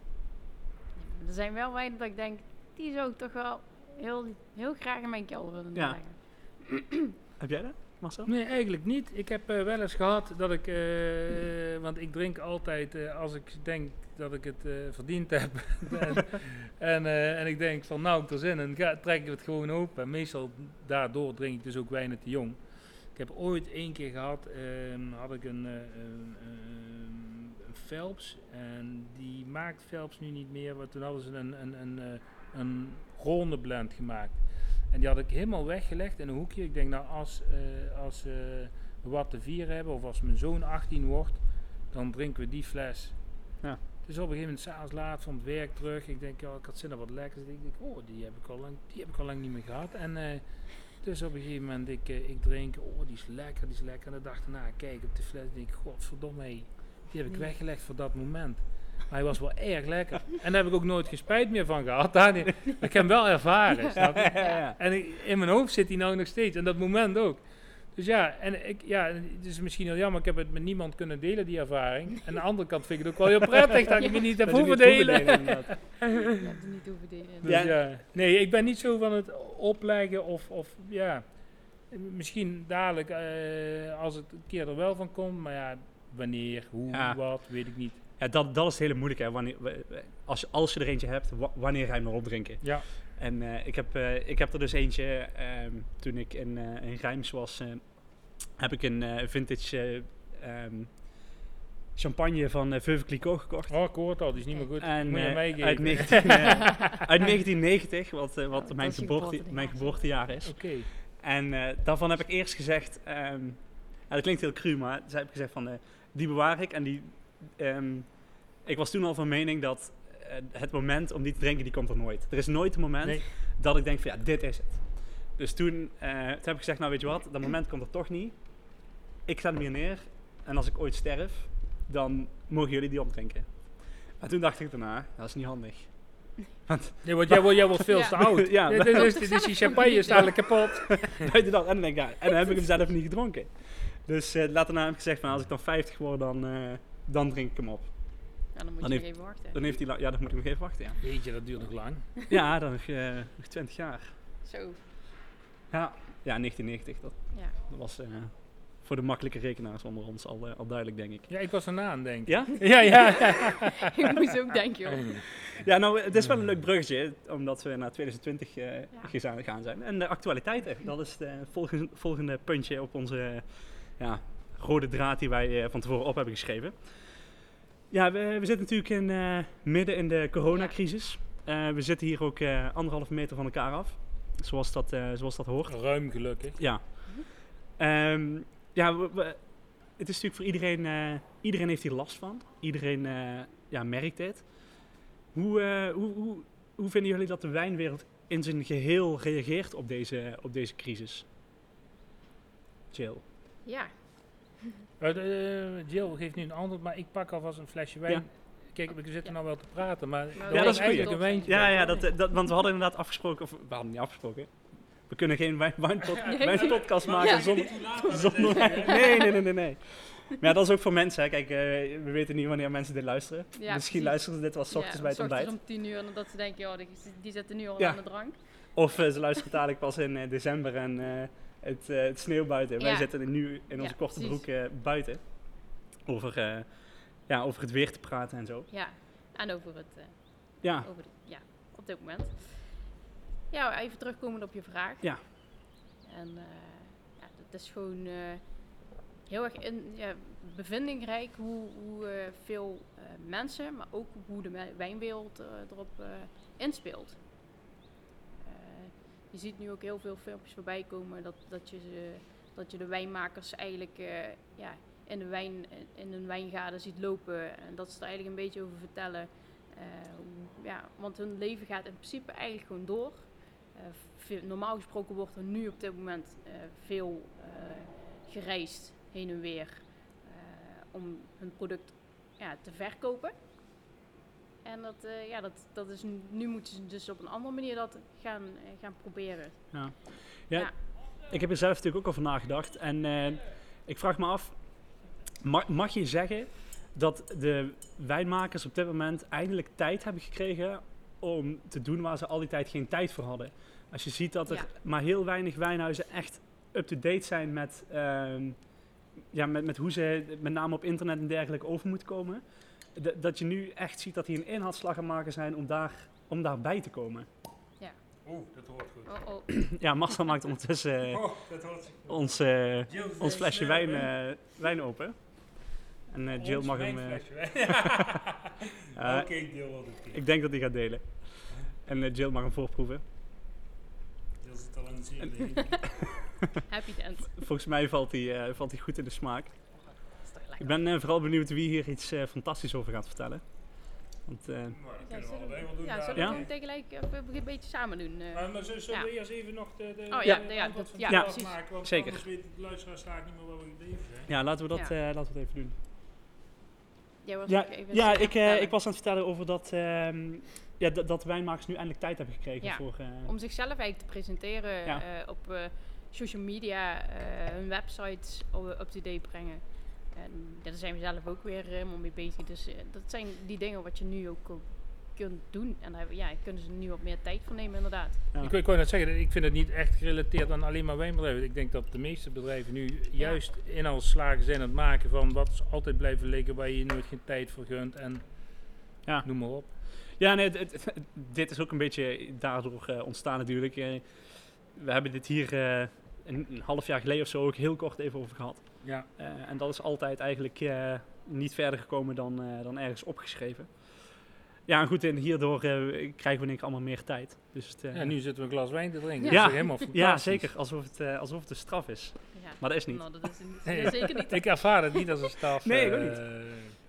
Er zijn wel wijnen dat ik denk, die zou ik toch wel heel, heel graag in mijn kelder willen Ja. leggen. Heb jij dat, Marcel? Nee, eigenlijk niet. Ik heb eh, wel eens gehad dat ik, eh, want ik drink altijd eh, als ik denk dat ik het eh, verdiend heb. en, en, eh, en ik denk van nou, ik er zin in, ga, trek ik het gewoon open. En meestal daardoor drink ik dus ook wijnen te jong. Ik heb ooit één keer gehad, ehm, had ik een, eh, een, een, een Phelps en die maakt Phelps nu niet meer, want toen hadden ze een, een, een, eh, een ronde blend gemaakt. En die had ik helemaal weggelegd in een hoekje. Ik denk nou als, eh, als eh, we wat te vieren hebben of als mijn zoon achttien wordt, dan drinken we die fles. Ja. Dus op een gegeven moment s'avonds laat van het werk terug. Ik denk, ja, ik had zin in wat lekkers. Ik denk, oh, die heb ik al lang, die heb ik al lang niet meer gehad. En eh, dus op een gegeven moment, ik, eh, ik drink, oh, die is lekker, die is lekker. En de dag daarna kijk op de fles en denk ik, godverdomme, hé, die heb ik Nee. weggelegd voor dat moment. Maar hij was wel erg lekker. En daar heb ik ook nooit geen spijt meer van gehad. Daar niet. Ik heb hem wel ervaren, snap je? ja, ja. En ik, in mijn hoofd zit hij nou nog steeds. En dat moment ook. Dus ja, en ik, ja, het is misschien heel jammer. Ik heb het met niemand kunnen delen, die ervaring. En aan de andere kant vind ik het ook wel heel prettig dat ik het niet heb Dat je hoeven niet hoeven delen. delen, inderdaad. Je hebt het niet hoeven delen. Dus Ja. ja. Nee, ik ben niet zo van het opleggen of, of ja, misschien dadelijk eh, als het een keer er wel van komt. Maar ja, wanneer, hoe, Ja. wat, weet ik niet. Ja, dat, dat is het hele moeilijke. Hè. Wanneer, als, je- als je er eentje hebt, wa- wanneer ga je hem nog opdrinken? Ja, En eh, ik, heb, eh, ik heb er dus eentje, ehm, toen ik in, eh in Rijms was, eh, heb ik een eh, vintage eh, ehm, champagne van uh, Veuve Clicquot gekocht. oh, ik hoor het al, die is niet meer goed. En, Moet je eh, meegeven. uit, negentien, eh, uit negentien negentig, wat, eh, wat dat mijn, is je geboorte, geboortejaar. mijn geboortejaar is. Oké. En eh, daarvan heb ik eerst gezegd, ehm, ja, dat klinkt heel cru, maar dus heb ik gezegd van, eh, die bewaar ik en die, ehm, ik was toen al van mening dat uh, het moment om die te drinken, die komt er nooit. Er is nooit een moment Nee. dat ik denk van ja, dit is het. Dus toen, uh, toen heb ik gezegd, nou weet je wat, dat moment komt er toch niet. Ik zet hem hier neer en als ik ooit sterf, dan mogen jullie die opdrinken. Maar toen dacht ik daarna, dat is niet handig. Want Nee, want jij, wordt- jij wordt veel Ja. te oud. Ja, Ja, dit is, dit is die champagne is dadelijk kapot. buiten dat, en dan denk ik, ja, en dan heb ik hem zelf niet gedronken. Dus uh, later na heb ik gezegd van als ik dan vijftig word, dan, uh, dan drink ik hem op. Ja, dan moet Dan je heeft- nog even wachten. Dan heeft hij, la- ja, dan moet ik nog even wachten, ja. Weet je, dat duurt nog lang. Ja, dan nog, uh, nog twintig jaar. Zo, Ja, ja negentien negentig, dat, ja. dat was uh, voor de makkelijke rekenaars onder ons al, uh, al duidelijk, denk ik. Ja, ik was erna aan het denken. Ja? Ja, ja. ja. Ik moest ook denken, joh. Ja, nou, het is wel een leuk bruggetje, omdat we naar twintig twintig uh, Ja. geza- gaan zijn. En de actualiteiten, dat is het volgende, volgende puntje op onze uh, ja, rode draad die wij uh, van tevoren op hebben geschreven. Ja, we, we zitten natuurlijk in, uh, midden in de coronacrisis. Uh, we zitten hier ook uh, anderhalve meter van elkaar af, zoals dat, uh, zoals dat hoort. Ruim gelukkig. Ja. Um, ja, we, we, het is natuurlijk voor iedereen, uh, iedereen heeft hier last van. Iedereen uh, ja, merkt dit. Hoe, uh, hoe, hoe, hoe vinden jullie dat de wijnwereld in zijn geheel reageert op deze, op deze crisis? Jill. Ja, Uh, Jill geeft nu een antwoord, maar ik pak alvast een flesje wijn. Ja. Kijk, we zitten Ja. nou wel te praten, maar Maar dat Ja, dat is was goed. eigenlijk een wijntje. Ja, ja dat, dat, want we hadden inderdaad afgesproken, of we hadden niet afgesproken. We kunnen geen wijn, wijnpod, Nee. wijnpodcast maken Ja. zonder, zonder wijn. Nee, nee, nee, nee, nee. Maar ja, dat is ook voor mensen. Hè. Kijk, uh, we weten niet wanneer mensen dit luisteren. ja Misschien precies. luisteren ze dit wel 's ochtends Ja, bij het s ochtends ontbijt. om tien uur en dat ze denken, joh, die, die zitten nu al Ja. aan de drank. Of uh, ze luisteren dadelijk pas in uh, december en uh, het, uh, het sneeuwt buiten. Wij Ja. zitten nu in onze Ja, korte precies. broek uh, buiten. Over, uh, ja, over het weer te praten en zo. Ja, en over het, uh, Ja, over de, ja, op dit moment. Ja, even terugkomend op je vraag. Ja. En uh, ja, het is gewoon uh, heel erg in, ja, bevindingrijk hoe, hoe uh, veel uh, mensen, maar ook hoe de wij- wijnwereld uh, erop uh, inspeelt. Uh, je ziet nu ook heel veel filmpjes voorbij komen dat, dat, je, ze, dat je de wijnmakers eigenlijk uh, ja, in, de wijn, in een wijngaarden ziet lopen en dat ze er eigenlijk een beetje over vertellen. Uh, hoe- ja, want hun leven gaat in principe eigenlijk gewoon door. Uh, veel- normaal gesproken wordt er nu op dit moment uh, veel uh, gereisd heen en weer uh, om hun product ja, te verkopen. En dat, uh, ja, dat, dat is, nu- nu moeten ze dus op een andere manier dat gaan, uh, gaan proberen. ja. ja. Ja. Ik heb er zelf natuurlijk ook over nagedacht. En uh, ik vraag me af, mag, mag je zeggen dat de wijnmakers op dit moment eindelijk tijd hebben gekregen om te doen waar ze al die tijd geen tijd voor hadden? Als je ziet dat er Ja. maar heel weinig wijnhuizen echt up-to-date zijn met, uh, ja, met, met hoe ze met name op internet en dergelijke over moeten komen. D- dat je nu echt ziet dat die een inhaalslag aan maken zijn om, daar, om daarbij te komen. Oeh, dat hoort goed. Oh, oh. Ja, Marcel maakt ondertussen uh, Oh, dat hoort goed. ons, uh, Jill, ons flesje snel, wijn, hè? uh, wijn open. En uh, Jill Ons mag hem... uh, wijnflesje wijn. uh, Oké, Jill wordt het keer. ik denk dat hij gaat delen. En uh, Jill mag hem voorproeven. Jill zit al aan de zin. Happy tent. Volgens mij valt hij, uh, valt hij goed in de smaak. Dat is toch lekker. Ik ben uh, vooral benieuwd wie hier iets uh, fantastisch over gaat vertellen. Want, uh, Maar dat Ja, kunnen we zullen allebei wel doen. Ja, daar. zullen we Ja? hem tegelijk even een beetje samen doen? uh? Maar, maar zullen zullen Ja. we eerst even nog de, de, Oh ja, de de- ja, antwoord dat- van ja, Jill precies. afmaken? Want Zeker. anders weet de luisteraar straks niet meer waar we gebleven zijn. ja, laten we dat, Ja. uh, laten we het even doen. Jij was Ja, ook even ja iets ik, uh, vertellen. ik was aan het vertellen over dat, um, ja, dat, dat wijnmakers nu eindelijk tijd hebben gekregen Ja. voor... Uh, Om zichzelf eigenlijk te presenteren Ja. eh, op uh, social media, uh, hun websites up-to-date brengen. En daar zijn we zelf ook weer helemaal mee bezig. Dus uh, dat zijn die dingen wat je nu ook uh, kunt doen. En daar ja, kunnen ze nu wat meer tijd voor nemen inderdaad. Ja. Ik, ik wou net zeggen, ik vind het niet echt gerelateerd aan alleen maar wijnbedrijven. Ik denk dat de meeste bedrijven nu juist inhaalslagen zijn aan het maken van wat is altijd blijven liggen waar je nooit geen tijd voor gunt en Ja. noem maar op. Ja, nee, het- het- het- dit is ook een beetje daardoor uh, ontstaan natuurlijk. Uh, we hebben dit hier uh, een, een half jaar geleden of zo ook heel kort even over gehad. Ja. Uh, en dat is altijd eigenlijk uh, niet verder gekomen dan, uh, dan ergens opgeschreven. Ja, en goed, en hierdoor uh, krijgen we denk ik allemaal meer tijd. Dus het, uh, Ja, nu zitten we een glas wijn te drinken. Ja. Dat is toch helemaal fantastisch. ja, zeker. Alsof het, uh, alsof het een straf is. Ja. Maar dat is niet. Nou, dat is niet, Nee. dat is zeker niet. Ik ervaar het niet als een staf. Nee, ik ook eh, niet. Pim.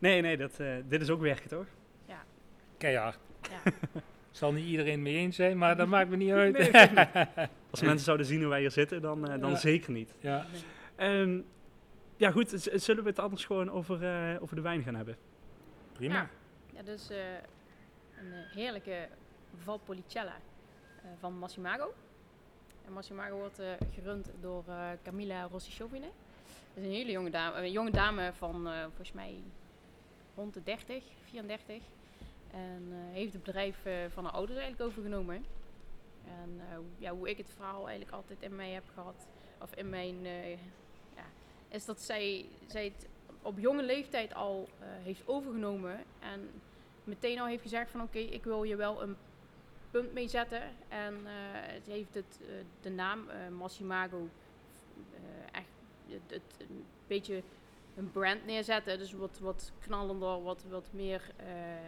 Nee, nee, dat, uh, dit is ook werken, toch? Ja. Keihard. Ja. Zal niet iedereen mee eens zijn, maar dat maakt me niet uit. Nee, niet. Als mensen zouden zien hoe wij hier zitten, dan, uh, dan ja. zeker niet. Ja. Nee. Um, ja goed, z- zullen we het anders gewoon over, uh, over de wijn gaan hebben? Prima. Ja, ja dus uh, een heerlijke Valpolicella uh, van Massimago. En Massimago wordt uh, gerund door uh, Camilla Rossi-Chauvine. Dat is een hele jonge dame, een jonge dame van uh, volgens mij rond de dertig, vierendertig. En uh, heeft het bedrijf uh, van haar ouders eigenlijk overgenomen. En uh, ja, hoe ik het verhaal eigenlijk altijd in mij heb gehad, of in mijn, uh, ja, is dat zij, zij het op jonge leeftijd al uh, heeft overgenomen. En meteen al heeft gezegd van oké, okay, ik wil je wel een punt mee zetten. En uh, ze heeft het, uh, de naam uh, Massimago uh, echt het, het, een beetje een brand neerzetten. Dus wat, wat knallender, wat, wat meer... Uh,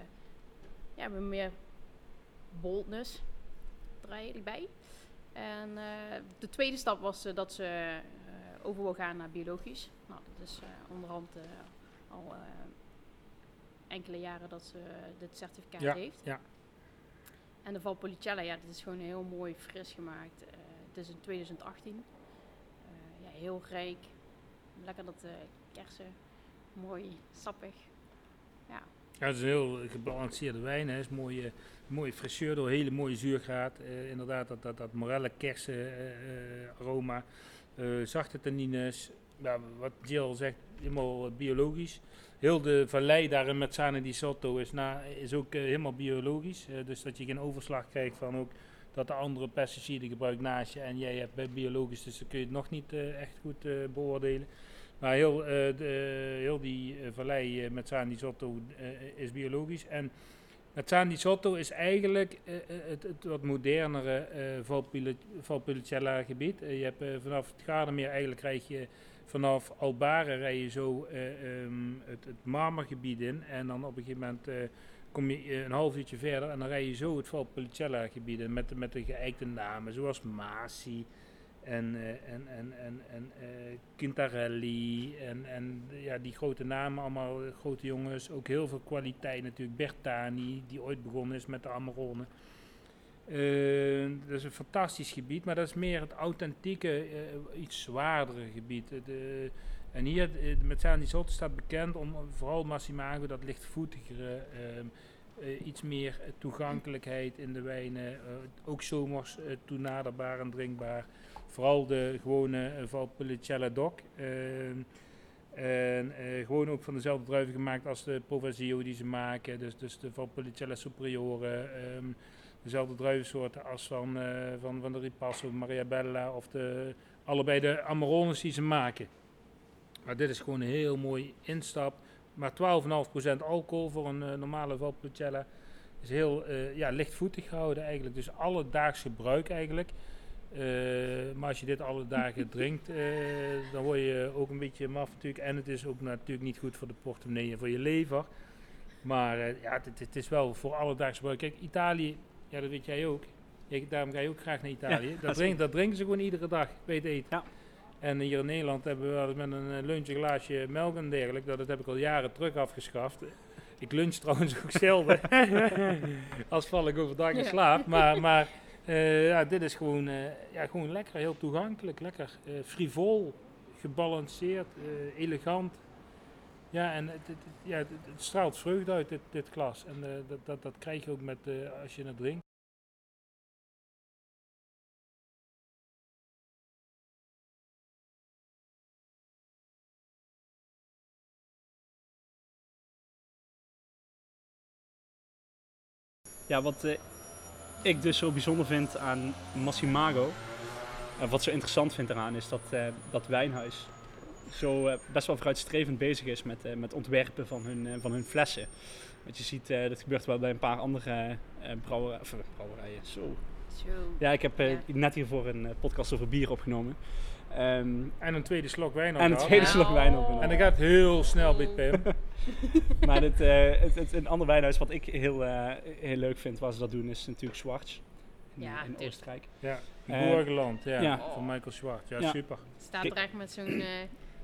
Ja, met meer boldness erbij. En uh, de tweede stap was uh, dat ze uh, over wil gaan naar biologisch. Nou, dat is uh, onderhand uh, al uh, enkele jaren dat ze uh, dit certificaat ja, heeft. Ja. En de Valpolicella, ja, dat is gewoon heel mooi fris gemaakt. Uh, het is in twintig achttien. Uh, ja, heel rijk. Lekker dat uh, kersen. Mooi, sappig. Ja. Ja, het is een heel gebalanceerde wijn. Het is een mooie, mooie frisseur door, hele mooie zuurgraad. Uh, inderdaad, dat, dat, dat morelle kersen uh, uh, aroma. Uh, zachte tannines. Ja, wat Jill zegt, helemaal biologisch. Heel de vallei daar in Mezzana di Sotto is, na, is ook uh, helemaal biologisch. Uh, dus dat je geen overslag krijgt van ook dat de andere pesticiden gebruikt naast je. En jij hebt bij biologisch, dus dan kun je het nog niet uh, echt goed uh, beoordelen. Maar heel, uh, de, heel die uh, vallei uh, Mezzana di Sotto uh, is biologisch. En Mezzana di Sotto is eigenlijk uh, het, het wat modernere uh, Valpolicella gebied. Uh, je hebt uh, vanaf het Gardermeer eigenlijk krijg je vanaf Albare rij je zo uh, um, het, het Marmergebied in. En dan op een gegeven moment uh, kom je uh, een half uurtje verder en dan rij je zo het Valpolicella gebied in. Met, met de geëikte namen zoals Masi. En, uh, en, en, en, en uh, Quintarelli en, en ja, die grote namen, allemaal uh, grote jongens. Ook heel veel kwaliteit natuurlijk. Bertani, die ooit begonnen is met de Amarone. Uh, dat is een fantastisch gebied, maar dat is meer het authentieke, uh, iets zwaardere gebied. De, en hier, uh, met Mezzana di Sotto staat bekend om, vooral Massimago, dat lichtvoetigere, uh, uh, iets meer uh, toegankelijkheid in de wijnen. Uh, ook zomers uh, toenaderbaar en drinkbaar. Vooral de gewone uh, Valpolicella Doc. Uh, en uh, gewoon ook van dezelfde druiven gemaakt als de Provazzio die ze maken. Dus, dus de Valpolicella Superiore. Um, dezelfde druivensoorten als van, uh, van, van de Ripasso, Maria Bella of de, allebei de Amarones die ze maken. Maar dit is gewoon een heel mooi instap. Maar twaalf komma vijf procent alcohol voor een uh, normale Valpolicella. Is heel uh, ja, lichtvoetig gehouden eigenlijk. Dus alledaags gebruik eigenlijk. Uh, maar als je dit alle dagen drinkt, uh, dan word je ook een beetje maf natuurlijk. En het is ook natuurlijk niet goed voor de portemonnee en voor je lever. Maar uh, ja, het, het is wel voor alledaags gebruik. Kijk, Italië, ja, dat weet jij ook. Ja, daarom ga je ook graag naar Italië. Ja, dat, drink, dat drinken ze gewoon iedere dag bij het eten. Ja. En hier in Nederland hebben we wel eens met een lunch een glaasje melk en dergelijke. Dat, dat heb ik al jaren terug afgeschaft. Ik lunch trouwens ook zelden. Als val ik overdag in slaap. Maar, maar uh, ja, dit is gewoon, uh, ja, gewoon lekker, heel toegankelijk. Lekker uh, frivol, gebalanceerd, uh, elegant. Ja, en het, het, ja, het, het straalt vreugde uit, dit, dit glas. En uh, dat, dat, dat krijg je ook met, uh, als je het drinkt. Ja, wat uh, ik dus zo bijzonder vind aan Massimago, uh, wat zo interessant vind eraan, is dat uh, dat wijnhuis zo uh, best wel vooruitstrevend bezig is met, uh, met ontwerpen van hun, uh, van hun flessen. Want je ziet, uh, dat gebeurt wel bij een paar andere uh, brouwer, of, uh, brouwerijen. Zo. Zo. Ja, ik heb uh, Ja. net hiervoor een uh, podcast over bier opgenomen. Um, en een tweede slok wijn En een tweede slok wijn opgenomen. En dat gaat heel snel bij Pim. Maar dit, uh, het, het, een ander wijnhuis wat ik heel, uh, heel leuk vind waar ze dat doen is natuurlijk Schwarz in, Ja, in dit. Oostenrijk. Ja, Uh, Borgeland, ja, ja. van Michael Schwarz. Ja, Ja. super. Staat er echt met zo'n uh,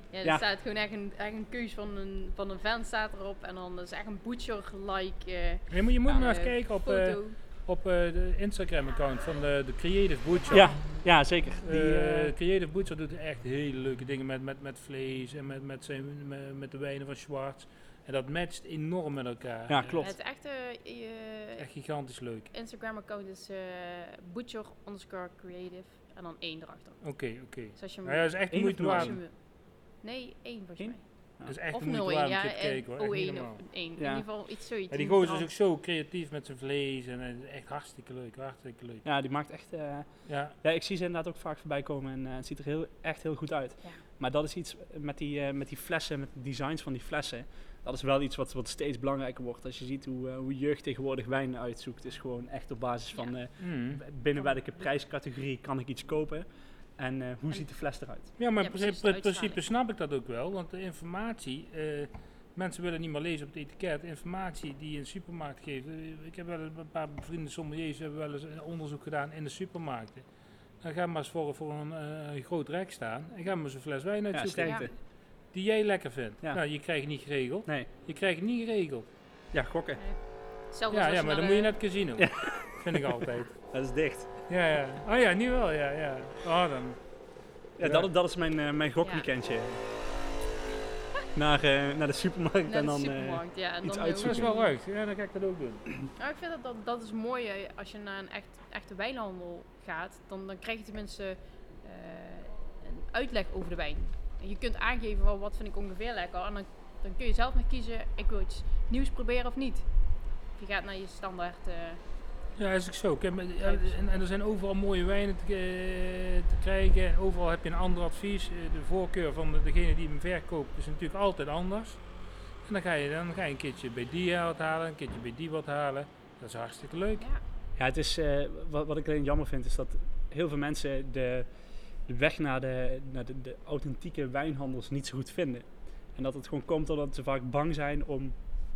Ja, er Ja. staat gewoon echt een, echt een keus van een, van een vent staat erop. En dan is echt een butcher-like eh, Je moet, je moet Ja, maar eens eh, kijken op, eh, foto. op eh, de Instagram-account van de, de Creative Butcher. Ja, ja, zeker. Die, Eh, eh, Creative Butcher doet echt hele leuke dingen met, met, met vlees en met, met, zijn, met, met de wijnen van Schwarz. En dat matcht enorm met elkaar. Ja, klopt. Het echte eh, Echt gigantisch leuk. Instagram-account is eh, butcher underscore creative. En dan één erachter. Oké, oké. Dus als je Nou ja, dat is echt de Eén moeite of nul? als waard. je hem- Nee, één volgens Eén? mij. Dat is echt Of de moeite nul één, waard om ja. een keer te kijken hoor. en Echt O niet één normaal. of één. Ja. In ieder geval iets zoiets. Ja, die in gozer is trant. ook zo creatief met zijn vlees en eh, echt hartstikke leuk, hartstikke leuk. ja, die maakt echt... eh, Ja, ja, ik zie ze inderdaad ook vaak voorbij komen en eh, het ziet er heel, echt heel goed uit. Ja. Maar dat is iets met die, eh, met die flessen, met de designs van die flessen. Dat is wel iets wat, wat steeds belangrijker wordt. Als je ziet hoe, eh, hoe jeugd tegenwoordig wijn uitzoekt, is gewoon echt op basis van Ja. eh, mm. binnen welke prijscategorie kan ik iets kopen en eh, hoe En- ziet de fles eruit. Ja, maar Ja, in precies, principe, de in principe uitstraling. snap ik dat ook wel, want de informatie, eh, mensen willen niet meer lezen op het etiket. De informatie die je in de supermarkt geeft. eh, Ik heb wel eens een paar vrienden sommeliers hebben wel eens een onderzoek gedaan in de supermarkten. Dan ga maar eens voor, voor een eh, groot rek staan en ga maar eens een fles wijn Ja, uitzoeken sterkte. die jij lekker vindt. Ja. Nou, je krijgt het niet geregeld. Nee, Je krijgt het niet geregeld. ja, gokken. Zelfs Ja, als ja, je maar dan naar moet je de- naar het casino. Ja. Vind ik altijd. Dat is dicht. Ja, ja. Oh ja, nu wel, ja, ja. Oh, dan. Ja, Ja. Dat, dat is mijn, eh, mijn gokweekendje. Naar, eh, naar de supermarkt naar en de dan... eh, supermarkt, ja. En iets dan Dat is uitzoeken. wel ruig. Ja, dan ga ik dat ook doen. Nou, ik vind dat, dat, dat is mooi eh, als je naar een echt, echte wijnhandel gaat. Dan, dan krijg je tenminste eh, een uitleg over de wijn. En je kunt aangeven van wat vind ik ongeveer lekker. En dan, dan kun je zelf nog kiezen, ik wil iets nieuws proberen of niet. Of je gaat naar je standaard... eh, Ja, is ook zo. Kijk, maar, ja, en, en er zijn overal mooie wijnen te, eh, te krijgen. En overal heb je een ander advies. Eh, De voorkeur van de, degene die hem verkoopt is natuurlijk altijd anders. En dan ga je, dan ga je een keertje bij die wat halen, een keertje bij die wat halen. Dat is hartstikke leuk. ja. Ja, het is, eh, wat, wat ik alleen jammer vind, is dat heel veel mensen de, de weg naar, de, naar de, de authentieke wijnhandels niet zo goed vinden. En dat het gewoon komt omdat ze vaak bang zijn om,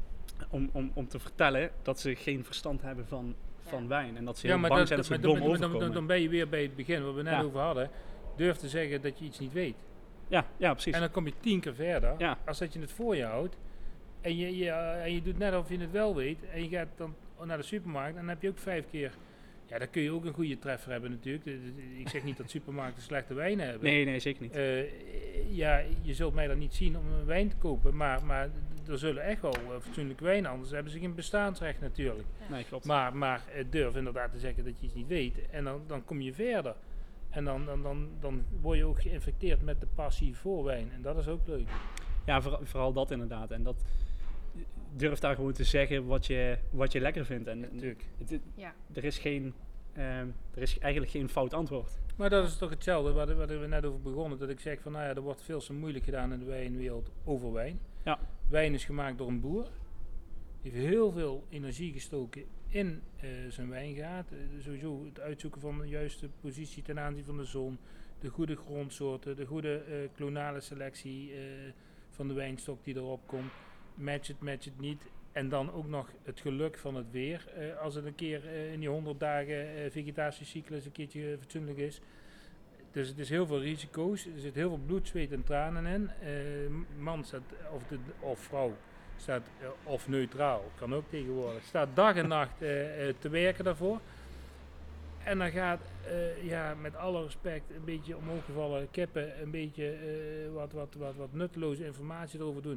om, om, om te vertellen dat ze geen verstand hebben van, van Ja. wijn. En dat ze Ja, heel maar bang dat, zijn dat, dat- ze maar dom dan, dan, dan, overkomen. dan ben je weer bij het begin, wat we net Ja. over hadden. Durf te zeggen dat je iets niet weet. Ja, ja, precies. En dan kom je tien keer verder. Ja. Als dat je het voor je houdt. En je, je, eh, en je doet net of je het wel weet. En je gaat dan naar de supermarkt. En dan heb je ook vijf keer. Ja, dan kun je ook een goede treffer hebben natuurlijk. De- de- Ik zeg niet dat supermarkten slechte wijnen hebben. Nee, nee, zeker niet. Eh, ja, je zult mij dan niet zien om een wijn te kopen. Maar, maar er zullen echt wel uh, fatsoenlijke wijnen. Anders hebben ze geen bestaansrecht natuurlijk. Nee, klopt. Maar, maar eh, durf inderdaad te zeggen dat je iets niet weet. En dan, dan kom je verder. En dan, dan, dan, dan word je ook geïnfecteerd met de passie voor wijn. En dat is ook leuk. Ja, vooral, vooral dat inderdaad. En dat durf daar gewoon te zeggen wat je, wat je lekker vindt. En, en Natuurlijk. het, het- Ja. er, is geen, ehm, er is eigenlijk geen fout antwoord. Maar dat is toch hetzelfde waar, waar we net over begonnen. Dat ik zeg van nou ja, er wordt veel te moeilijk gedaan in de wijnwereld over wijn. Ja. Wijn is gemaakt door een boer. Die heeft heel veel energie gestoken in eh, zijn wijngaard. Eh, sowieso het uitzoeken van de juiste positie ten aanzien van de zon. De goede grondsoorten, de goede eh, klonale selectie eh, van de wijnstok die erop komt. Match het, match het niet. En dan ook nog het geluk van het weer. Eh, als het een keer eh, in die honderd dagen eh, vegetatiecyclus een keertje fatsoenlijk is. Dus het is heel veel risico's. Er zit heel veel bloed, zweet en tranen in. Eh, man staat, of, de, of vrouw staat, eh, of neutraal, kan ook tegenwoordig, staat dag en nacht eh, eh, te werken daarvoor. En dan gaat, eh, ja, met alle respect, een beetje omhooggevallen kippen, een beetje eh, wat, wat, wat, wat nutteloze informatie erover doen.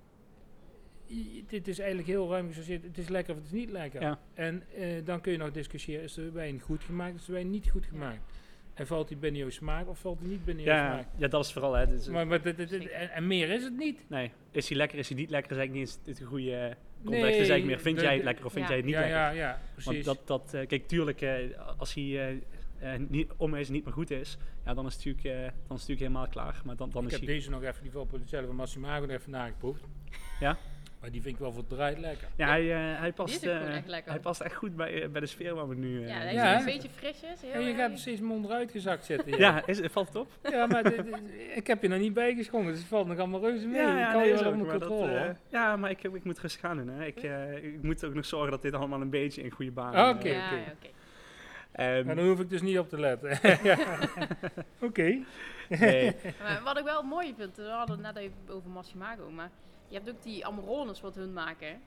I- Dit is eigenlijk heel ruim gechargeerd. Het is lekker of het is niet lekker. Ja. En eh, dan kun je nog discussiëren, is de wijn goed gemaakt, is de wijn niet goed gemaakt? En valt die binnen jouw smaak of valt die niet binnen jouw Ja, smaak? ja, dat is vooral. Hè, dus, Maar, maar dit- dit- dit- en, en meer is het niet. nee, is hij lekker, is hij niet lekker, is eigenlijk niet eens het goede eh, context. Nee, is eigenlijk meer, vind de- jij het de- lekker of vind ja. jij het niet ja, lekker? ja, ja, precies. Want dat, dat, eh, kijk, tuurlijk, eh, als hij eh, eh, niet, om is en niet meer goed is, ja, dan is het natuurlijk, eh, dan is het natuurlijk helemaal klaar. Maar dan, dan ik is heb hij... deze nog even, die van hetzelfde van Massimago nog even nageproefd. Ja? Maar die vind ik wel verdraaid lekker. Ja, hij, eh, hij, past, is ook gewoon eh, echt lekker. hij past echt goed bij, eh, bij de sfeer waar we nu... eh, Ja, in dat Ja, is hè? een beetje frisjes. Heel En je erg. gaat precies mond eruit gezakt zitten. Ja, is, valt het op? Ja, maar dit- dit- ik heb je nog niet bijgeschonken, dus het valt nog allemaal reuze mee. ik kan nee, je is wel ook, onder maar dat, controle. eh, hoor. ja, maar ik, ik moet rustig gaan doen. Hè. Ik, eh, ik moet ook nog zorgen dat dit allemaal een beetje in goede banen Ah, oké. eh, Ja, ja, oké. Ehm, En daar hoef ik dus niet op te letten. Oké. nee. Maar wat ik wel mooi vind, we hadden het net even over Massimago, maar je hebt ook die Amarones wat hun maken. Hè?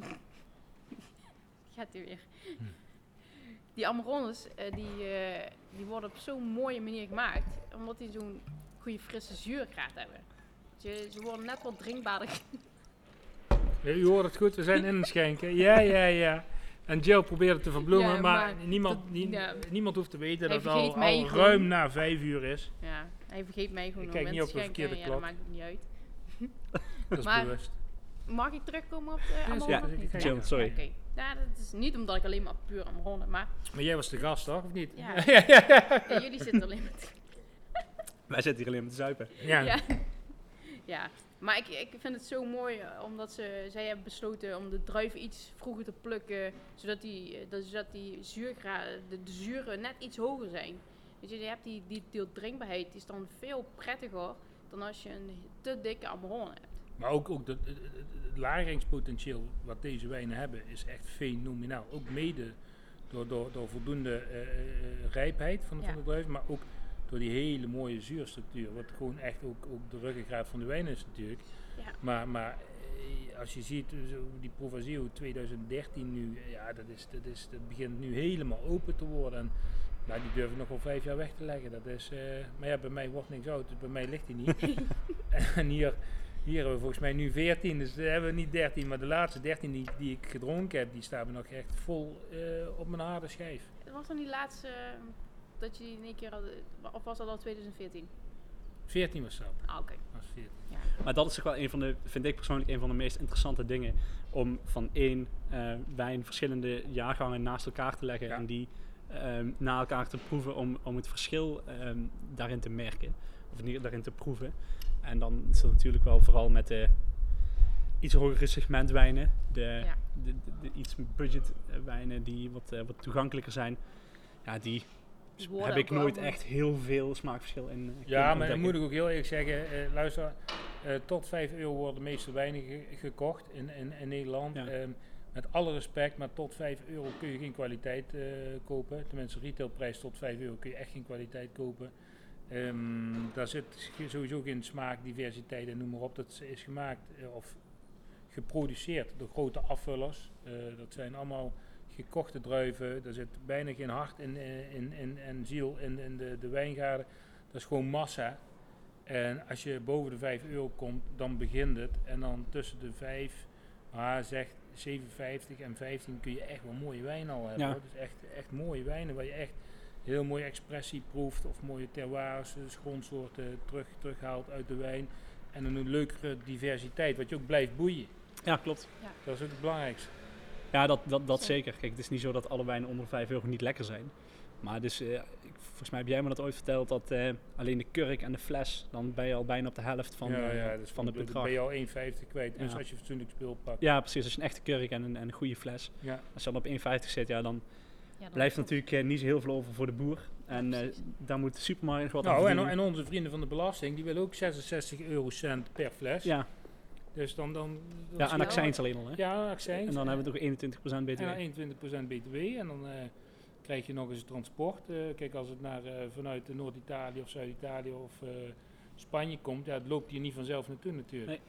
Gaat hij weer. Die Amarones, uh, die, uh, die worden op zo'n mooie manier gemaakt, omdat die zo'n goede frisse zuurgraad hebben. Ze, ze worden net wat drinkbaarder. Ja, u hoort het goed, we zijn in het schenken. Ja, ja, ja. En Jill probeert het te verbloemen, Ja, maar, maar niemand, dat- nie- ja. niemand hoeft te weten Hij dat het al, vergeet mij al gewoon. ruim na vijf uur is. Ja, hij vergeet mij gewoon Ik om kijk in niet te op de schenken. verkeerde Ja, klok. dat maakt het niet uit. Dat is Maar- bewust. Mag ik terugkomen op de Ja, Amarone? zeker. of niet? Ga je Jill, gang. sorry. Ja, oké. Ja, dat is niet omdat ik alleen maar puur Amarone, maar Maar jij was de gast, toch? Of niet? Ja. ja, ja, ja. ja, jullie zitten alleen met... Wij zitten hier alleen maar te zuipen. Ja. Ja. Ja, maar ik, ik vind het zo mooi eh, omdat ze, zij hebben besloten om de druiven iets vroeger te plukken, zodat die, eh, dat- zodat die zuurgraden, de, de zuren net iets hoger zijn. Weet je, je hebt die, die, die drinkbaarheid, die is dan veel prettiger dan als je een te dikke Amarone hebt. Maar ook, ook de- de- de- het lageringspotentieel wat deze wijnen hebben is echt fenomenaal. Ook mede door, door, door voldoende eh, eh, rijpheid van de, Ja. van de druiven, maar ook door die hele mooie zuurstructuur. Wat gewoon echt ook, ook de ruggengraat van de wijn is natuurlijk. Ja. Maar, maar eh, als je ziet eh, zo die Provazio twintig dertien nu, eh, ja, dat, is, dat, is, dat begint nu helemaal open te worden. En, nou, die durven nog wel vijf jaar weg te leggen. Dat is, eh, maar ja, bij mij wordt niks oud, dus bij mij ligt hij niet. En hier, hier hebben we volgens mij nu veertien, dus we hebben niet dertien, maar de laatste dertien die, die ik gedronken heb, die staan nog echt vol eh, op mijn harde schijf. Het was dan die laatste, eh, dat je die in één keer had, of was dat al twintig veertien? veertien was dat. Ah, oké. Was veertien. Ja. Maar dat is toch wel een van de, vind ik persoonlijk, een van de meest interessante dingen. Om van één eh, wijn verschillende jaargangen naast elkaar te leggen Ja. en die ehm, na elkaar te proeven om, om het verschil ehm, daarin te merken. Of in ieder- daarin te proeven. En dan is dat natuurlijk wel vooral met de iets hogere segmentwijnen. De, Ja. de, de, de iets budget eh, wijnen die wat, eh, wat toegankelijker zijn. Ja, die Die worden heb ik ook wel nooit goed. echt heel veel smaakverschil in. eh, kunnen Ja, maar dan ontdekken. moet ik ook heel eerlijk zeggen, eh, luister, eh, tot vijf euro worden de meeste wijnen ge- gekocht in, in, in Nederland. Ja. Ehm, met alle respect, maar tot vijf euro kun je geen kwaliteit eh, kopen. Tenminste, retailprijs tot vijf euro kun je echt geen kwaliteit kopen. Ehm, daar zit ge- sowieso geen smaakdiversiteit en noem maar op. Dat is gemaakt eh, of geproduceerd door grote afvullers. Eh, dat zijn allemaal gekochte druiven. Er zit bijna geen hart in, in, in, in, en ziel in, in de, de wijngaarden. Dat is gewoon massa. En als je boven de vijf euro komt, dan begint het. En dan tussen de vijf, ah, zeg zeven vijftig en vijftien kun je echt wel mooie wijn al hebben. Ja. Hoor. Dus echt, echt mooie wijnen waar je echt heel mooie expressie proeft. Of mooie terroirs, dus grondsoorten terug, terughaalt uit de wijn. En een leukere diversiteit, wat je ook blijft boeien. Ja, klopt. Dat is ook het belangrijkste. Ja, dat, dat, dat Zo. zeker. Kijk, het is niet zo dat alle wijnen onder de vijf euro niet lekker zijn. Maar dus, eh, ik, volgens mij heb jij me dat ooit verteld, dat eh, alleen de kurk en de fles, dan ben je al bijna op de helft van, ja, eh, ja, dus van het dan bedrag. ben je al één vijftig kwijt. Dus Ja. als je fatsoenlijk spul pakt. Ja, precies. Als je een echte kurk en een, en een goede fles. Ja. Als je dan op één vijftig zit, ja, dan Ja, dat blijft klopt. natuurlijk eh, niet zo heel veel over voor de boer. En eh, precies. daar moet de supermarkt nog wat aan Nou, en, verdienen. en onze vrienden van de belasting, die willen ook zesenzestig eurocent per fles. Ja, Dus dan... dan, dan ja, schiet- en accijns alleen al. Hè? Ja, accijns. En dan hebben we nog eenentwintig procent B T W. En dan eenentwintig procent B T W. En dan eh, krijg je nog eens transport. Eh, kijk, als het naar, eh, vanuit Noord-Italië of Zuid-Italië of eh, Spanje komt, ja, het loopt hier niet vanzelf naartoe natuurlijk. Nee.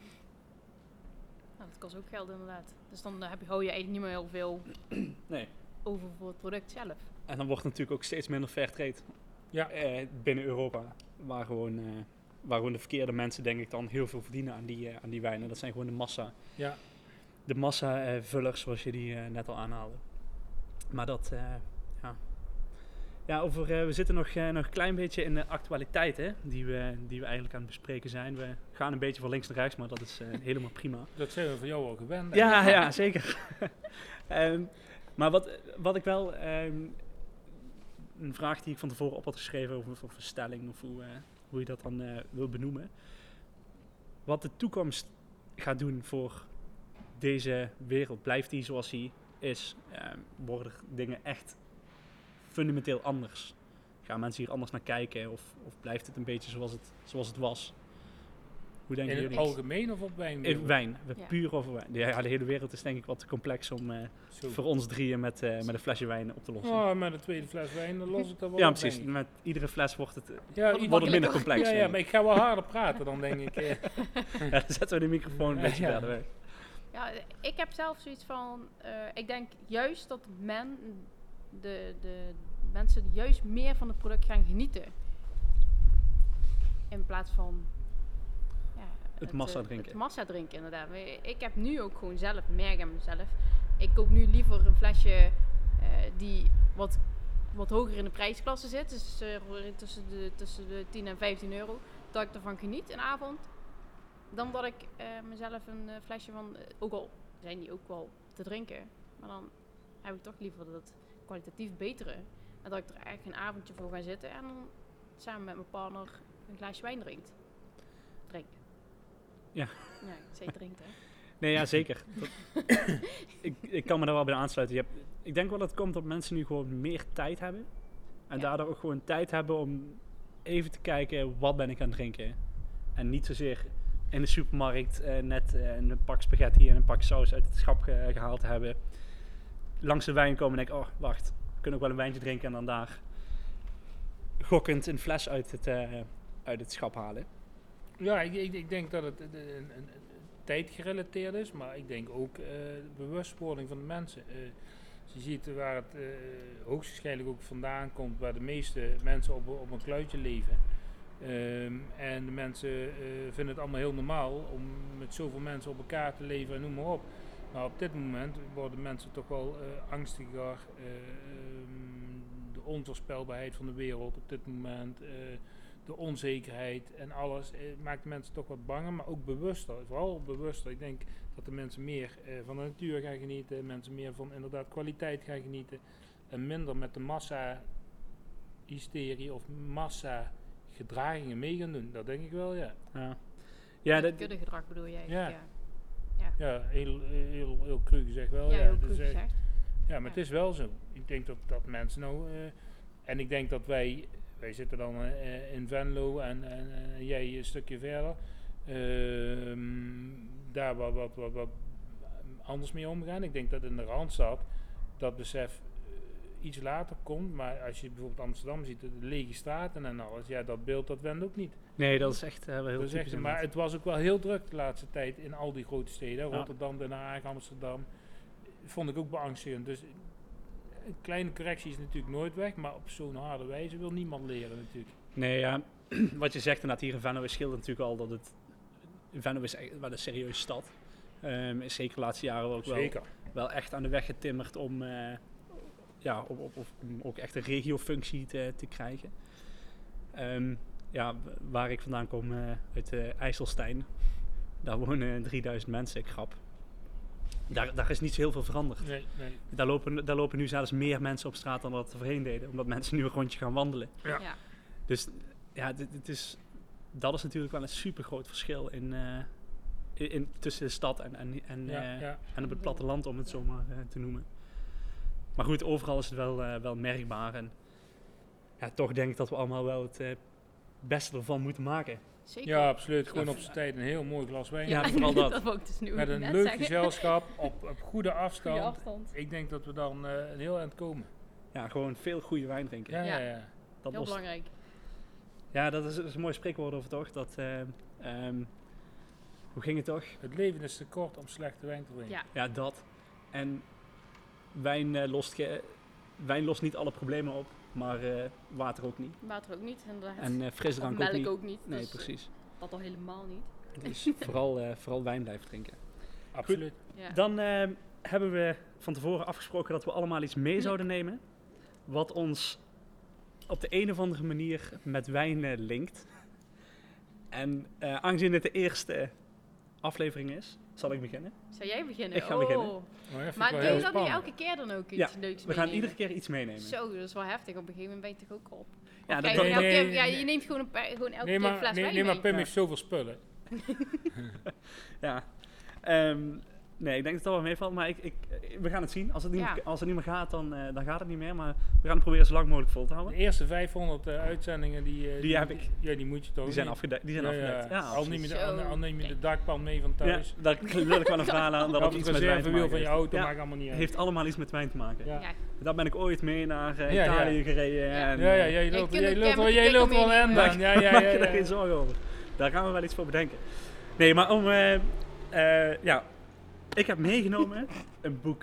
Nou, dat kost ook geld inderdaad. Dus dan eh, heb je, hou je eigenlijk niet meer heel veel Nee. over voor het product zelf. En dan wordt het natuurlijk ook steeds minder fair trade Ja. eh, binnen Europa. Waar gewoon, eh, waar gewoon de verkeerde mensen, denk ik, dan heel veel verdienen aan die, eh, aan die wijnen. Dat zijn gewoon de massa. Ja. De massa eh, vullers, zoals je die eh, net al aanhaalde. Maar dat, eh, ja. Ja, over, eh, we zitten nog, eh, nog een klein beetje in de actualiteit, hè, die we, die we eigenlijk aan het bespreken zijn. We gaan een beetje van links naar rechts, maar dat is eh, helemaal prima. Dat zijn we van jou al gewend. hè? Ja, ja, zeker. Ehm, maar wat, wat ik wel, ehm, een vraag die ik van tevoren op had geschreven over, over stelling of hoe, eh, hoe je dat dan eh, wil benoemen. Wat de toekomst gaat doen voor deze wereld, blijft die zoals die is? Ehm, worden er dingen echt fundamenteel anders? Gaan mensen hier anders naar kijken of, of blijft het een beetje zoals het, zoals het was? Hoe denken In het jullie? algemeen of op wijn? In wijn, we Ja. puur over wijn. Ja, de hele wereld is denk ik wat te complex om eh, Zo. voor ons drieën met, eh, met een flesje wijn op te lossen. Oh, met een tweede fles wijn, dan los ik dat wel ja, op, precies. denk ik. Met iedere fles wordt het, eh, Ja, Wordt i- wordt het minder makkelijker. complex. ja, ja, denk maar ik. ik ga wel harder praten dan denk ik. eh. Ja, dan zetten we de microfoon een beetje Ja. verder weg. Ja, ik heb zelf zoiets van, eh, ik denk juist dat men, de, de mensen juist meer van het product gaan genieten. In plaats van ja, Het massa eh, drinken. Het massa drinken, inderdaad. Maar Ik heb nu ook gewoon zelf, merk aan mezelf. Ik koop nu liever een flesje eh, die wat, wat hoger in de prijsklasse zit. Dus eh, tussen, de, tussen de tien en vijftien euro. Dat ik ervan geniet een avond. Dan dat ik eh, mezelf een eh, flesje van, eh, ook al zijn die ook wel te drinken, maar dan heb ik toch liever dat het kwalitatief betere. En dat ik er echt een avondje voor ga zitten en dan samen met mijn partner een glaasje wijn drinkt. Drink. Ja. Ja, ik zei drinkt hè. Nee, ja, zeker. Dat, ik, ik kan me daar wel bij aansluiten. Je hebt, ik denk wel dat het komt dat mensen nu gewoon meer tijd hebben. En Ja. daardoor ook gewoon tijd hebben om even te kijken, wat ben ik aan het drinken. En niet zozeer in de supermarkt eh, net eh, een pak spaghetti en een pak saus uit het schap ge- gehaald te hebben. Langs de wijn komen en denken, oh wacht, we kunnen ook wel een wijntje drinken en dan daar gokkend een fles uit het, eh, uit het schap halen. Ja, ik, ik, ik denk dat het een, een, een, een tijdgerelateerd is, maar ik denk ook eh, bewustwording van de mensen. Eh, als je ziet waar het eh, hoogstwaarschijnlijk ook vandaan komt, waar de meeste mensen op, op een kluitje leven. Ehm, en de mensen eh, vinden het allemaal heel normaal om met zoveel mensen op elkaar te leven en noem maar op. Maar op dit moment worden mensen toch wel eh, angstiger. eh, ehm, de onvoorspelbaarheid van de wereld op dit moment. eh, de onzekerheid en alles eh, maakt de mensen toch wat banger, maar ook bewuster. Vooral bewuster. Ik denk dat de mensen meer eh, van de natuur gaan genieten, mensen meer van inderdaad kwaliteit gaan genieten en minder met de massa-hysterie of massa-gedragingen mee gaan doen. Dat denk ik wel, ja. Ja, ja dat, Kuddegedrag bedoel jij? Ja. Ja, Ja, heel, heel, heel cru gezegd wel. ja, Ja, heel het goed is echt- gezegd. ja, maar Ja. het is wel zo. Ik denk dat, dat mensen nou... eh, en ik denk dat wij... Wij zitten dan eh, in Venlo en, en eh, jij een stukje verder. Ehm, daar wat, wat, wat, wat anders mee omgaan. Ik denk dat in de Randstad dat besef eh, iets later komt. Maar als je bijvoorbeeld Amsterdam ziet, de lege straten en alles. Ja, dat beeld dat wendt ook niet. nee, dat is echt eh, wel heel Dat is echt- typisch. maar inderdaad. het was ook wel heel druk de laatste tijd in al die grote steden. Ja. Rotterdam, Den Haag, Amsterdam. Vond ik ook beangstigend. Dus een kleine correctie is natuurlijk nooit weg. Maar op zo'n harde wijze wil niemand leren natuurlijk. Nee, ja, wat je zegt inderdaad, hier in Venlo scheelt het natuurlijk al dat het... Venlo is echt wel een serieuze stad. Ehm, is zeker de laatste jaren ook wel, Zeker. wel echt aan de weg getimmerd om, eh, ja, op, op, op- om ook echt een regiofunctie te, te krijgen. Ehm, ja, w- waar ik vandaan kom, eh, uit eh, IJsselstein, daar wonen drieduizend mensen, ik grap. Daar, daar is niet zo heel veel veranderd. Nee, nee. Daar lopen, daar lopen nu zelfs meer mensen op straat dan dat er voorheen deden, omdat mensen nu een rondje gaan wandelen. Ja. Ja. Dus ja, dit, dit is, dat is natuurlijk wel een super groot verschil in, eh, in, in- tussen de stad en, en, en, Ja, eh, ja. en op het platteland, om het zo maar eh, te noemen. Maar goed, overal is het wel, eh, wel merkbaar. En ja, toch denk ik dat we allemaal wel het eh, beste ervan moeten maken. Zeker. Ja, absoluut. Gewoon Ja. op zijn tijd een heel mooi glas wijn. Ja, vooral dat. dat wou ik dus nu Met een net leuk zeggen. gezelschap op, op goede afstand. Goede afstand. Ik denk dat we dan eh, een heel eind komen. Ja, gewoon veel goede wijn drinken. Ja, ja, Ja. ja. dat Heel lost- belangrijk. Ja, dat is, dat is een mooi spreekwoord over toch? Dat, eh, ehm, hoe ging het toch? Het leven is te kort om slechte wijn te drinken. Ja. Ja, dat. En wijn, eh, lost, ge- wijn lost niet alle problemen op, maar eh, water ook niet. Water ook niet, inderdaad. En eh Of frisdrank ook melk niet. ook niet. Nee, dus precies. dat al helemaal niet. Dus vooral, eh, vooral wijn blijven drinken. Absoluut. Ja. Dan eh, hebben we van tevoren afgesproken dat we allemaal iets mee zouden nemen. Wat ons op de een of andere manier met wijn eh, linkt. En eh, aangezien dit de eerste aflevering is, zal ik beginnen. Zou jij beginnen? Ik ga oh. beginnen. Oh, dat vind ik Maar wel doe heel je dat niet spannend. elke keer dan ook iets Ja, leuks We gaan meenemen? iedere keer iets meenemen. Zo, dat is wel heftig. Op een gegeven moment ben je toch ook op. Ja, Of dat, ga je dat- elke Nee, keer- ja, nee. je neemt gewoon, een, pa- gewoon elke Nee, keer een maar, fles nee, wijn nee, maar mee. Pim Ja. heeft zoveel spullen. ja. Ehm, nee, ik denk dat het wel meevalt, maar ik, ik, we gaan het zien. Als het niet, Ja. meer, als het niet meer gaat, dan, uh, dan gaat het niet meer. Maar we gaan het proberen zo lang mogelijk vol te De houden. eerste vijfhonderd uh, uitzendingen die, uh, Die heb ik. Ja, die moet je toch Die zijn niet- afgedekt. Die zijn Ja, afgedekt. Ja, ja. al, absoluut. neem je de, Zo. al, al neem je de dakpan mee van Ja, thuis. daar wil ik wel een verhaal aan. Dat Of het het iets met wijn te reservewiel maken van je heeft. auto, Ja, maakt allemaal niet uit. heeft allemaal iets met wijn te maken. Ja. Ja. Daar ben ik ooit mee naar uh, Ja, Italië ja. gereden. Ja. En, Ja, ja, uh, jij Je lult kunt jij ook lult met wel je jij lult wel kikkermening, een uh, dan. Ja, ja, maak ja. je er ja. geen zorgen over. Daar gaan we wel iets voor bedenken. Nee, maar om... Uh, uh, ja, ik heb meegenomen een boek.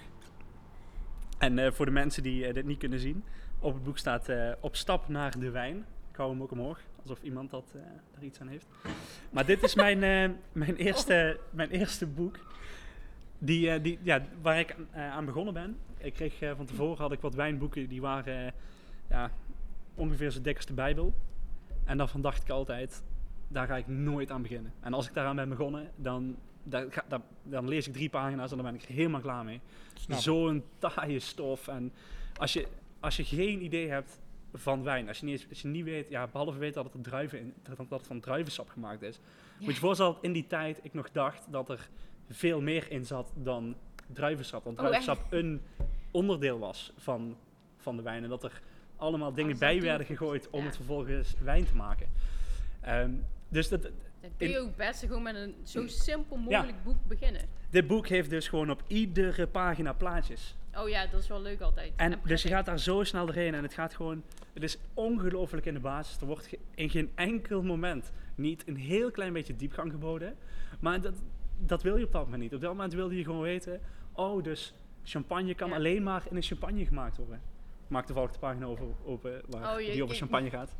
En uh, voor de mensen die uh, dit niet kunnen zien, op het boek staat uh, Op stap naar de wijn. Ik hou hem ook omhoog, alsof iemand dat, uh, daar iets aan heeft. Maar dit is mijn, uh, mijn, eerste, mijn eerste boek, die, uh, die, ja, waar ik uh, aan begonnen ben. Ik kreeg uh, van tevoren had ik wat wijnboeken, die waren uh, ja, ongeveer zo dik als de Bijbel. En daarvan dacht ik altijd, daar ga ik nooit aan beginnen. En als ik daaraan ben begonnen, dan, dan, ga, dan, dan lees ik drie pagina's en dan ben ik er helemaal klaar mee. Snap ik. Zo'n taaie stof. En als je, als je geen idee hebt van wijn, als je niet, eens- als je niet weet, ja, behalve weet dat het, een druiven in, dat dat het van druivensap gemaakt is. Ja. Moet je voorstellen dat in die tijd ik nog dacht dat er veel meer in zat dan druivensap. Want Oh, echt? druivensap een onderdeel was van, van de wijn. En dat er allemaal dingen Alles bij aan werden toegevoegd. gegooid om Ja. het vervolgens wijn te maken. Ehm, dus dat, Dan kun je In- ook best gewoon met een zo simpel mogelijk boek beginnen. dit boek heeft dus gewoon op iedere pagina plaatjes. Oh ja, dat is wel leuk altijd. En dus je prettig. gaat daar zo snel doorheen en het gaat gewoon, het is ongelooflijk in de basis. Er wordt ge- in geen enkel moment niet een heel klein beetje diepgang geboden. Maar dat, dat wil je op dat moment niet. Op dat moment wil je gewoon weten, oh dus champagne kan Ja. alleen maar in een champagne gemaakt worden. Ik maak toevallig de pagina over, open waar Oh, je- die over ik- champagne gaat.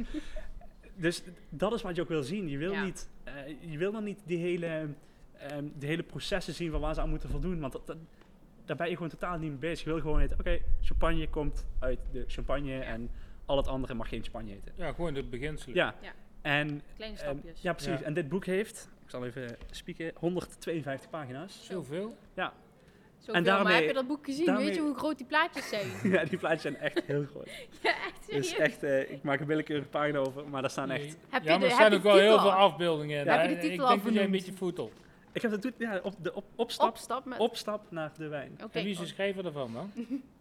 Dus dat is wat je ook wil zien. Je wil, Ja. niet, eh, je wil dan niet die hele, ehm, de hele processen zien van waar ze aan moeten voldoen. Want dat, dat- daar ben je gewoon totaal niet mee bezig. Je wil gewoon weten, oké, champagne komt uit de champagne en al het andere mag geen champagne eten. Ja, gewoon de beginselen. Ja, Ja. en Kleine ehm, stapjes. ja, precies. Ja. En dit boek heeft, ik zal even spieken, honderdtweeënvijftig pagina's. Zoveel? Ja, Zoveel, en daarmee- maar heb je dat boek gezien? daarmee- Weet je hoe groot die plaatjes zijn? ja, die plaatjes zijn echt heel groot. ja, echt Dus serieus. echt, eh, ik maak een willekeurige pagina over, maar daar staan echt... Nee. Heb je ja, maar de- er heb staan je ook de wel heel titel veel al? afbeeldingen in. Ja. Heb je de Ik titel denk al dat jij een vernoemd? beetje voetelt. Ik heb het doet, ja, op, de, op, opstap, Opstap met... opstap naar de wijn. Oké. En wie is de schrijver daarvan dan?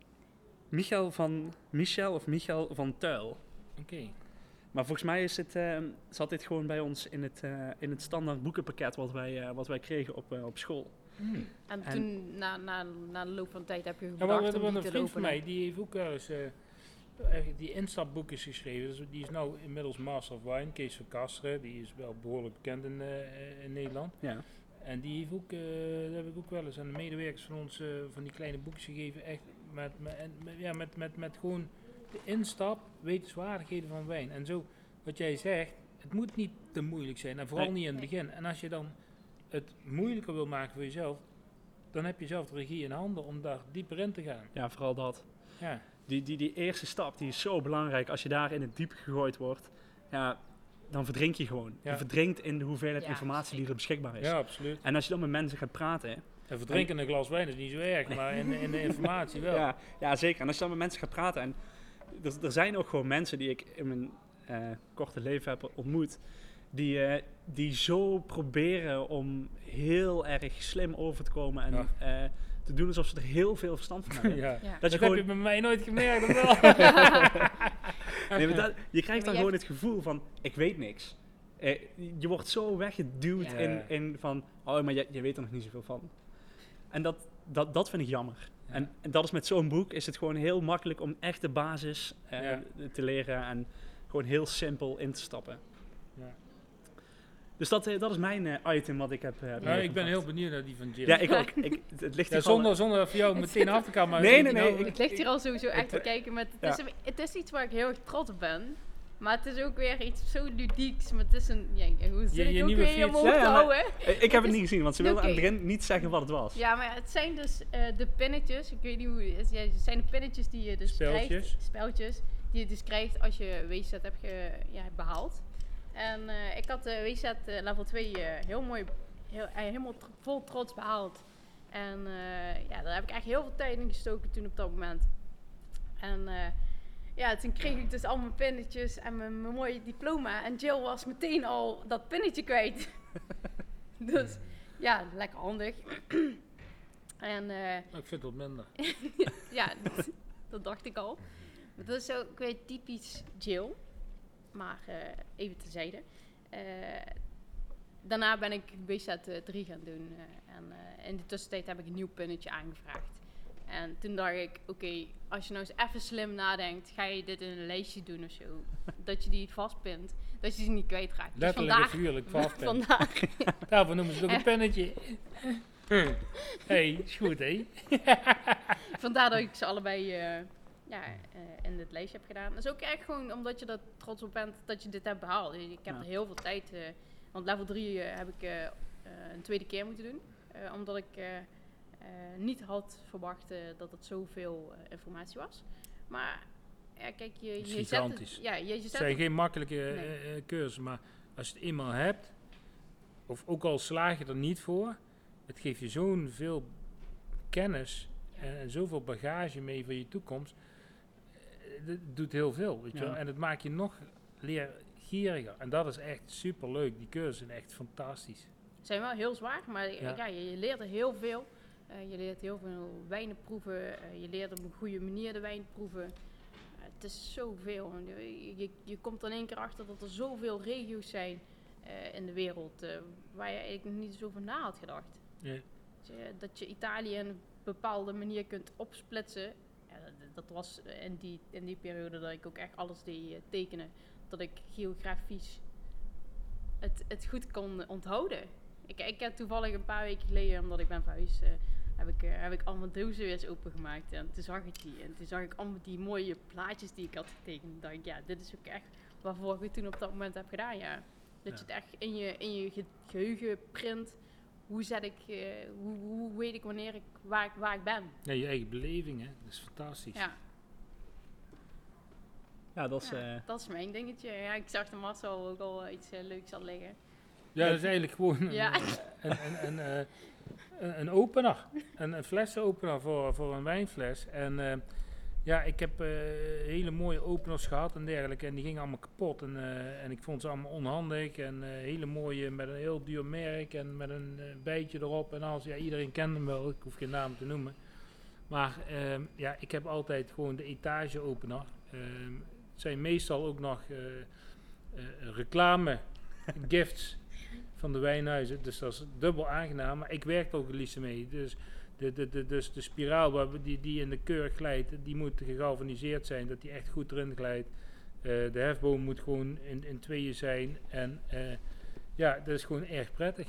Michel van Michel of Michel van Tuil. Oké. Maar volgens mij is het, eh, zat dit gewoon bij ons in het, eh, in het standaard boekenpakket wat wij, eh, wat wij kregen op, eh, op school. Hmm. En En- toen, na, na, na de loop van de tijd, heb je Ja, gedacht maar, om maar die een te vriend van openen. mij, die heeft ook wel eens eh, eh, die instapboekjes geschreven. Dus die is nou inmiddels Master of Wine. Kees van Kasteren, die is wel behoorlijk bekend in, eh, in Nederland. Ja. En die heeft ook, eh, dat heb ik ook wel eens aan de medewerkers van ons eh, van die kleine boekjes gegeven. Echt met, met, en met, ja, met, met, met gewoon de instap, wetenswaardigheden van wijn. En zo, wat jij zegt, het moet niet te moeilijk zijn. En vooral Nee. niet in het begin. En als je dan het moeilijker wil maken voor jezelf, dan heb je zelf de regie in handen om daar dieper in te gaan. ja, vooral dat. Ja, Die, die, die eerste stap die is zo belangrijk. Als je daar in het diep gegooid wordt, ja, dan verdrink je gewoon. Ja. Je verdrinkt in de hoeveelheid Ja, informatie die er beschikbaar is. ja absoluut. En als je dan met mensen gaat praten, En verdrinken in een glas wijn is niet zo erg, maar in, in de informatie wel. ja, ja, zeker. En als je dan met mensen gaat praten, en er, er zijn ook gewoon mensen die ik in mijn eh, korte leven heb ontmoet, die, eh, die zo proberen om heel erg slim over te komen en eh, te doen alsof ze er heel veel verstand van hebben. Ja. Ja. Dat Dat, je heb gewoon, je bij mij nooit gemerkt, of wel? nee, maar dat, je krijgt maar dan jij- gewoon het gevoel van, ik weet niks. Eh, je wordt zo weggeduwd Ja. in, in van, oh, maar je, je weet er nog niet zoveel van. En dat, dat, dat vind ik jammer. Ja. En, en dat is met zo'n boek, is het gewoon heel makkelijk om echt de basis eh, Ja. te leren en gewoon heel simpel in te stappen. Ja. Dus dat, eh, dat is mijn eh, item wat ik heb. eh, Nou, ik ben meegepakt. heel benieuwd naar die van Jim. Ja, ik ook. Ik, het, het ligt Ja, hier al- zonder, zonder voor jou meteen af te gaan, maar... Nee, nee, nee, nou, ik- Het ligt hier al sowieso echt te het- kijken met... Het, ja. is, een- het is iets waar ik heel erg trots op ben. Maar het is ook weer iets zo ludieks. Maar het is een... Ja, ja, hoe zit je ik ook nieuwe weer in mijn fiets. hoofd Ja, ja, te maar- houden? Eh, ik heb het niet gezien, want ze wilden aan het Oké. begin niet zeggen wat het was. Ja, maar het zijn dus eh, de pinnetjes. Ik weet niet hoe... Het ja, het zijn de pinnetjes die je dus Speltjes. krijgt. Speltjes. Die je dus krijgt als je W Z hebt ge, ja, behaald. En eh, ik had de W Z eh, level twee eh, heel mooi... Heel, eh, helemaal tr- vol trots behaald. En eh, ja, daar heb ik echt heel veel tijd in gestoken toen op dat moment. En eh, ja, toen kreeg ik dus al mijn pinnetjes en mijn, mijn mooie diploma. En Jill was meteen al dat pinnetje kwijt. Dus ja, lekker handig. En eh, Ik vind het wat minder. ja, dat, dat dacht ik al. Maar dat is zo, ik weet, typisch Jill. Maar uh, even terzijde. Uh, daarna ben ik B Z drie gaan doen. Uh, en uh, in de tussentijd heb ik een nieuw punnetje aangevraagd. En toen dacht ik, oké, okay, als je nou eens even slim nadenkt, ga je dit in een lijstje doen of zo. Dat je die vastpint, dat je ze niet kwijtraakt. Letterlijk dus en figuurlijk vastpint. Vandaag. Daarvoor noemen ze het ook een pennetje. Hé, hey, is goed, hé. Vandaar dat ik ze allebei uh, ja, uh, in dit lijstje heb gedaan. Dat is ook echt gewoon omdat je er trots op bent dat je dit hebt behaald. Ik heb ja. er heel veel tijd, uh, want level drie uh, heb ik uh, uh, een tweede keer moeten doen. Uh, omdat ik uh, uh, niet had verwacht uh, dat het zoveel uh, informatie was. Maar ja, kijk, je, je is zet het... Ja, je, je zet het zijn het, geen makkelijke nee. uh, cursussen, maar als je het eenmaal hebt, of ook al slaag je er niet voor, het geeft je zo'n veel kennis en, en zoveel bagage mee voor je toekomst. Het doet heel veel, weet je ja. wel. En het maakt je nog leergieriger. En dat is echt super leuk. Die cursussen zijn echt fantastisch. Ze zijn wel heel zwaar, maar ja. Ja, je, je leert er heel veel. Uh, je leert heel veel wijnen proeven. Uh, je leert op een goede manier de wijn proeven. Uh, het is zoveel. Je, je, je komt er in één keer achter dat er zoveel regio's zijn uh, in de wereld uh, waar je eigenlijk nog niet zo over na had gedacht. Ja. Dus, uh, dat je Italië in een bepaalde manier kunt opsplitsen. Ja, dat, dat was in die, in die periode dat ik ook echt alles deed uh, tekenen. Dat ik geografisch het, het goed kon onthouden. Ik, ik heb toevallig een paar weken geleden, omdat ik ben verhuisd, uh, heb, ik, uh, heb ik allemaal dozen weer eens opengemaakt. En toen zag ik die. En toen zag ik allemaal die mooie plaatjes die ik had getekend. En dacht ik, ja, dit is ook echt waarvoor ik het toen op dat moment heb gedaan, ja. Dat ja. je het echt in je, in je ge- geheugen print. Hoe zet ik, uh, hoe, hoe weet ik wanneer ik, waar, ik, waar ik ben? Ja, je eigen beleving, hè. Dat is fantastisch. Ja. Ja, dat is... Ja, uh... dat is mijn dingetje. Ja, ik zag de Marcel ook al iets uh, leuks had liggen. Ja, dat is eigenlijk gewoon ja. een, een, een, een, een, een opener. Een, een flessenopener voor, voor een wijnfles. En uh, ja, ik heb uh, hele mooie openers gehad en dergelijke. En die gingen allemaal kapot. En, uh, en ik vond ze allemaal onhandig. En uh, hele mooie met een heel duur merk. En met een uh, bijtje erop. En alles. Ja, iedereen kent hem wel. Ik hoef geen naam te noemen. Maar uh, ja, ik heb altijd gewoon de etageopener. Uh, het zijn meestal ook nog uh, uh, reclame gifts van de wijnhuizen, dus dat is dubbel aangenaam, maar ik werk ook het liefst mee. Dus de, de, de, dus de spiraal waar we, die, die in de kurk glijdt, die moet gegalvaniseerd zijn, dat die echt goed erin glijdt. Uh, de hefboom moet gewoon in, in tweeën zijn en uh, ja, dat is gewoon erg prettig.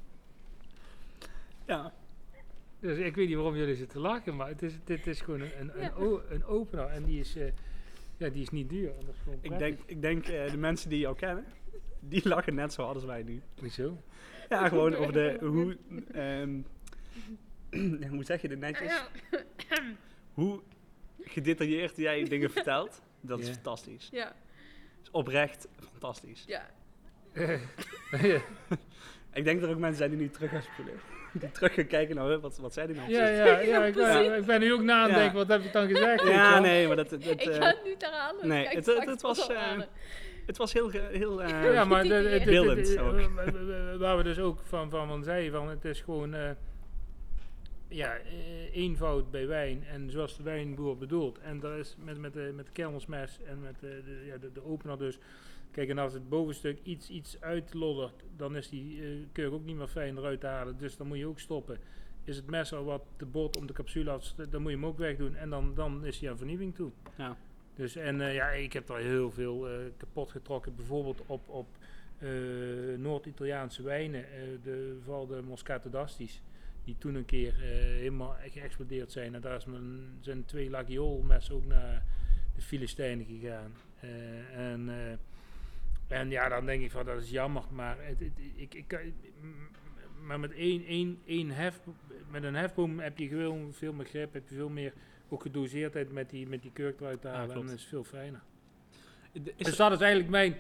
Ja. Dus ik weet niet waarom jullie zitten lachen, maar het is, dit is gewoon een, een, ja. een, o, een opener en die is, uh, ja, die is niet duur. En dat is gewoon ik denk, ik denk uh, de mensen die jou kennen, die lachen net zo hard als wij nu. Hoezo? Ja, gewoon over de, hoe, um, hoe zeg je dit netjes? Hoe gedetailleerd jij dingen vertelt, dat is yeah. fantastisch. Ja. Is oprecht fantastisch. Ja. ja. Ik denk dat er ook mensen zijn die nu terug gaan spoelen. Die terug gaan kijken naar, nou, wat, wat zei die nou? Ja, ja, ja, ik, ben, ik ben nu ook na aan het denken, wat heb je dan gezegd? Ja, nee, maar dat... het, ik ga het niet herhalen. Nee, het, het, het was... Uh, Het was heel, heel uh, ja, maar de, de, de, beeldend de, de, ook. Uh, waar we dus ook van, van, van zeiden, van het is gewoon uh, ja, uh, eenvoud bij wijn en zoals de wijnboer bedoelt. En dat is met, met, de, met de kermelsmes en met de, de, ja, de, de opener dus. Kijk, en als het bovenstuk iets, iets uitloddert, dan is die uh, keur ook niet meer fijn eruit te halen. Dus dan moet je ook stoppen. Is het mes al wat te bot om de capsule af te zetten, dan moet je hem ook wegdoen. En dan, dan is hij aan vernieuwing toe. Ja. Dus en uh, ja, ik heb daar heel veel uh, kapot getrokken. Bijvoorbeeld op, op uh, Noord-Italiaanse wijnen. Uh, de, vooral de Moscato d'Asti's. Die toen een keer uh, helemaal geëxplodeerd zijn. En daar is mijn, zijn twee Laguiole-messen ook naar de Filistijnen gegaan. Uh, en, uh, en ja, dan denk ik van dat is jammer. Maar, het, het, ik, ik, maar met, één, één, één hef, met een hefboom heb je gewoon veel meer grip. Heb je veel meer... ook gedoseerdheid met die, met die kurk eruit te halen. Ja, en dat is veel fijner. Is dus dat is eigenlijk mijn,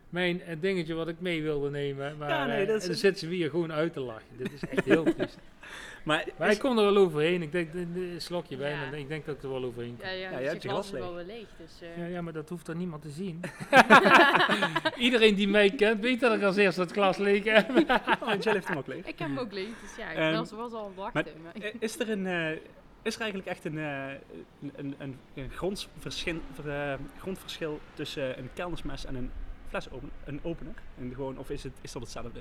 mijn uh, dingetje wat ik mee wilde nemen. Maar Ja, nee, uh, dat is dan een- zitten ze hier gewoon uit te lachen. Dit is echt heel triest. Maar, Maar is- ik kom er wel overheen. Ik denk, een slokje bij Ja. en ik denk dat ik er wel overheen kom. Ja, ja, Ja, dus jij hebt je glas glas is leeg. wel weer leeg. Dus, eh, Ja, ja, maar dat hoeft dan niemand te zien. Iedereen die mij kent, weet dat ik als eerste het glas leeg heb. oh, Jill heeft hem ook leeg. ik heb hem ook leeg, dus ja, ik Ehm, was, was al aan het wachten. Maar, I- Is er, een, eh, is er eigenlijk echt een, eh, een, een, een, een grondverschil, ver- eh, grondverschil tussen een kelnersmes en een flesopener? Een opener? En gewoon, of is, het, is dat hetzelfde?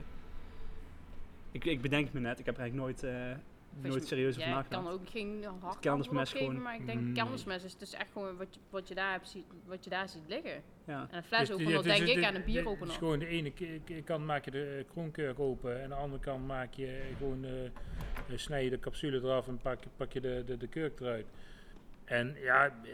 Ik, ik bedenk me net, ik heb er eigenlijk nooit, eh, nooit serieus over ja, ik kan nagedacht. ook geen hard kelnersmes antwoord geven, gewoon- maar ik denk Mm. kelnersmes is dus echt gewoon wat je, wat je, daar, hebt, ziet- wat je daar ziet liggen. Ja. En een Dus flesopener die- dus denk ik de- aan een de- bieropener. Dus gewoon de ene k- k- kant maak je de uh, kroonkurk open en aan de andere kant maak je gewoon uh, uh, snij je de capsule eraf en pak, pak je de, de, de kurk eruit. En ja, uh,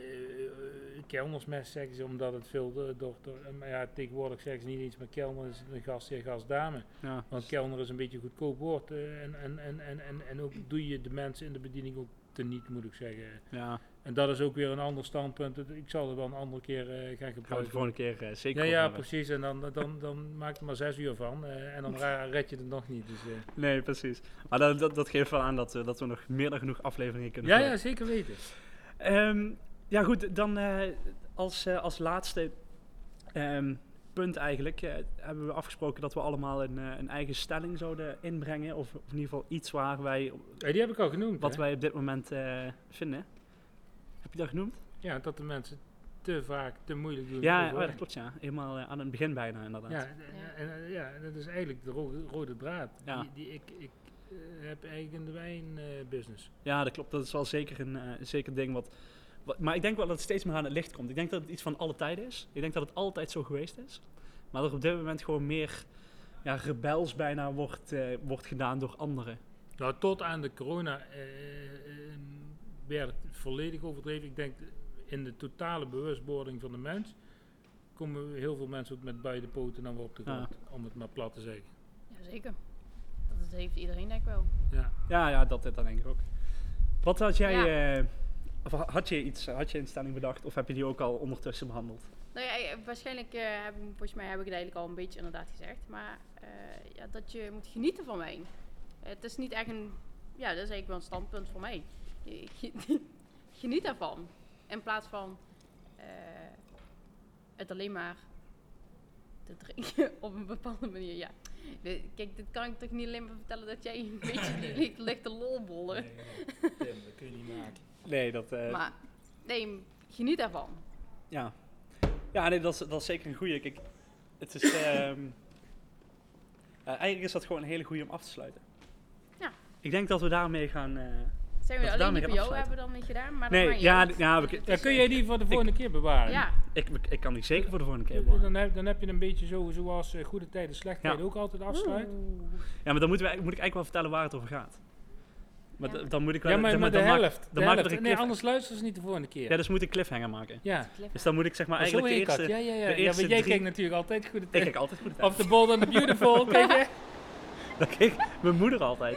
kelnersmes zeggen ze omdat het veel door, door, door maar ja, tegenwoordig zeggen ze niet eens meer kelner, is een gastheer, gastdame. Ja. Want kelner is een beetje een goedkoop woord uh, en, en, en, en, en, en ook doe je de mensen in de bediening ook teniet, moet ik zeggen. Ja, En dat is ook weer een ander standpunt. Ik zal het wel een andere keer uh, gaan gaan we het gebruiken. de volgende keer eh, zeker Ja, over ja, hebben. precies. En dan, dan, dan maak er maar zes uur van. Uh, en dan ra- red je het nog niet. Dus, uh. Nee, precies. Maar dat, dat, dat geeft wel aan dat we, dat we nog meer dan genoeg afleveringen kunnen Ja, vullen. ja, zeker weten. Ehm, ja goed, dan eh, als, eh, als laatste ehm, punt eigenlijk eh, hebben we afgesproken dat we allemaal een, eh, een eigen stelling zouden inbrengen. Of, of in ieder geval iets waar wij, Ja, die heb ik al genoemd. wat hè? wij op dit moment eh, vinden. Heb je dat genoemd? Ja, dat de mensen te vaak te moeilijk doen. Ja, over- oh, dat klopt ja. Helemaal eh, aan het begin bijna inderdaad. Ja, Ja. en, en, eh, ja, dat is eigenlijk de rode, rode draad. Ja. Die, die ik, ik eh, heb eigenlijk in de wijnbusiness. Ja, dat klopt. Dat is wel zeker een uh, zeker ding wat, wat... Maar ik denk wel dat het steeds meer aan het licht komt. Ik denk dat het iets van alle tijden is. Ik denk dat het altijd zo geweest is. Maar dat er op dit moment gewoon meer ja, rebels bijna wordt, uh, wordt gedaan door anderen. Nou, tot aan de corona eh, eh, werd het volledig overdreven. Ik denk in de totale bewustwording van de mens komen heel veel mensen ook met beide poten dan weer op de grond, om het maar plat te zeggen. Jazeker. Dat is- heeft iedereen denk ik wel. Ja. Ja, ja dat, dat denk ik ook. Wat had jij... Ja. Uh, of had je iets, had je een stelling bedacht of heb je die ook al ondertussen behandeld? Nou ja, eh, waarschijnlijk uh, heb ik, volgens mij heb ik het eigenlijk al een beetje inderdaad gezegd. Maar uh, ja, dat je moet genieten van wijn. Uh, het is niet echt een... Ja, dat is eigenlijk wel een standpunt voor mij. Je- ge- Geniet daarvan. In plaats van uh, het alleen maar te drinken op een bepaalde manier. Ja. De, kijk, dit kan ik toch niet alleen maar vertellen dat jij een beetje ligt, ligt te lolbollen. Nee, nee, Tim, dat kun je niet maken. Nee, dat... Uh, Maar nee, geniet daarvan. Ja, ja nee, dat, is, dat is zeker een goeie. Kijk, het is... Um, uh, eigenlijk is dat gewoon een hele goeie om af te sluiten. Ja. Ik denk dat we daarmee gaan... Uh, Zijn we Dat we alleen daarmee die gaan voor jou afsluiten. hebben dan niet gedaan? Maar dat nee, maakt niet ja, uit. d- ja, we, Het Ja, is, kun eh, jij die voor de volgende keer bewaren? Ja, ik, ik kan die zeker voor de volgende keer Dan, bewaren. dan, heb, dan heb je een beetje zo, zoals uh, goede tijden, slechte Ja. tijden ook altijd afsluiten. Ja, maar dan moeten we, moet ik eigenlijk wel vertellen waar het over gaat. Maar Ja. d- dan moet ik wel... Ja, maar, dan, maar de dan maak- helft. dan de maak ik helft. er een Nee, cliff- anders luisteren ze niet de volgende keer. Ja, dus moet ik cliffhanger maken. Ja. Dus dan moet ik zeg maar Maar zo eigenlijk de heet dat. eerste... Ja, ja, ja. de ja eerste maar jij drie- kijkt natuurlijk altijd goede Ik tijden. kijk altijd goed Of The Bold and the Beautiful, kijk je? Dat keek mijn moeder altijd.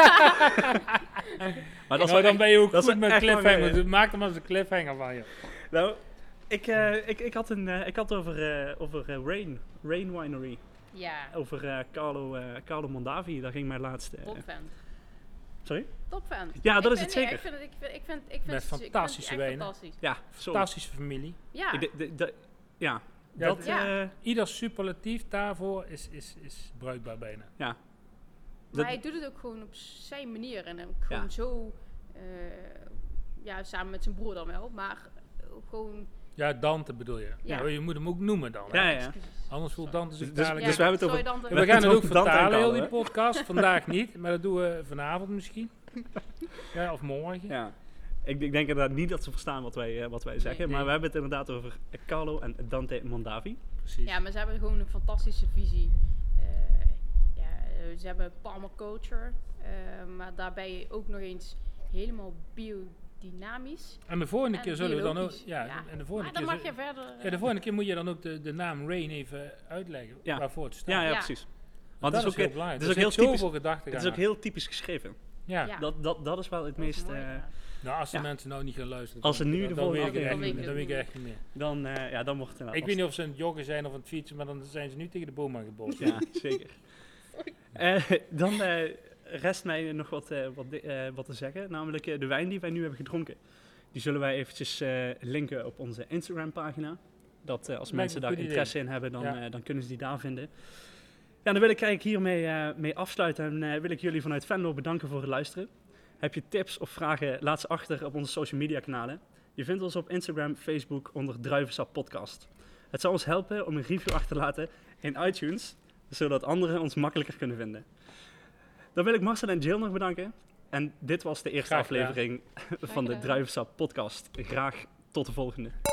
Maar dat is Nou, wel dan ben je ook dat is goed met echt lang cliffhanger. geleden. Dus maak er maar eens een cliffhanger van je. Nou, ik, uh, ik, ik had een, uh, ik had over, uh, over uh, Rain, Rain Winery, ja. over uh, Carlo, uh, Carlo Mondavi. Daar ging mijn laatste. Uh, Topfan. Sorry? Topfan. Ja, dat Ik is vind- het nee, zeker. Ik vind het, ik vind, ik vind, ik vind, Met ik vind fantastische het echt wijnen. fantastisch. Ja, sorry. Fantastische familie. Ja. Ik de- de- de- ja, Ja, dat. d- Ja. uh, Ieder superlatief daarvoor is, is, is bruikbaar bijna. ja. maar dat- hij doet het ook gewoon op zijn manier. En ook gewoon Ja. zo... eh, ja, samen met zijn broer dan wel. Maar ook gewoon... Ja, Dante bedoel je. Ja. Ja. Je moet hem ook noemen dan. hè. Ja, ja. excuses. Anders voelt Dante zich Dus- dadelijk... dus we hebben het sorry, over- Dante. Ja, we gaan het ook Dante en vertalen, heel Carlo, die hè? podcast. Vandaag niet, maar dat doen we vanavond misschien. Ja, of morgen. ja. Ik, ik denk inderdaad niet dat ze verstaan wat wij, uh, wat wij zeggen. nee. Maar we hebben het inderdaad over Carlo en Dante Mondavi. Precies. Ja, maar ze hebben gewoon een fantastische visie. Eh, ja, eh, ze hebben Palmer Culture. eh, maar daarbij ook nog eens helemaal biodynamisch. En de volgende En keer zullen we dan ook... biologisch. Ja, Ja. en de volgende Maar dan keer... mag je zul- verder... eh, Ja, de volgende keer moet je dan ook de, de naam Rain even uitleggen. Ja. Waarvoor het staat. Ja, ja, Ja. precies. Want Want dat het is ook, heel belangrijk. het is Er ook zit heel typisch- zoveel gedachten het is aan. ook heel typisch geschreven. Ja. Ja. Dat, dat, dat is wel het dat is meest... mooi, eh, ja. Nou, als de Ja. mensen nou niet gaan luisteren, Als ze nu dan, de dan, volgende weet ik het echt aflevering- niet meer. Dan weet ik echt niet meer. Dan, eh, ja, dan wordt het inderdaad Ik weet niet of ze aan het joggen zijn of aan het fietsen, maar dan zijn ze nu tegen de boom aangebold. Ja, zeker. Eh, dan eh, rest mij nog wat, eh, wat, di- eh, wat te zeggen. Namelijk eh, de wijn die wij nu hebben gedronken. Die zullen wij eventjes eh, linken op onze Instagram pagina. Dat eh, als Lijkt me mensen een daar goed interesse in hebben, dan, Ja. eh, dan kunnen ze die daar vinden. Ja, dan wil ik eigenlijk hiermee eh, mee afsluiten. En eh, wil ik jullie vanuit Venlo bedanken voor het luisteren. Heb je tips of vragen, laat ze achter op onze social media kanalen. Je vindt ons op Instagram, Facebook onder Druivensap Podcast. Het zal ons helpen om een review achter te laten in iTunes, zodat anderen ons makkelijker kunnen vinden. Dan wil ik Marcel en Jill nog bedanken. En dit was de eerste Graag gedaan. aflevering van de gedaan. Druivensap Podcast. Graag tot de volgende.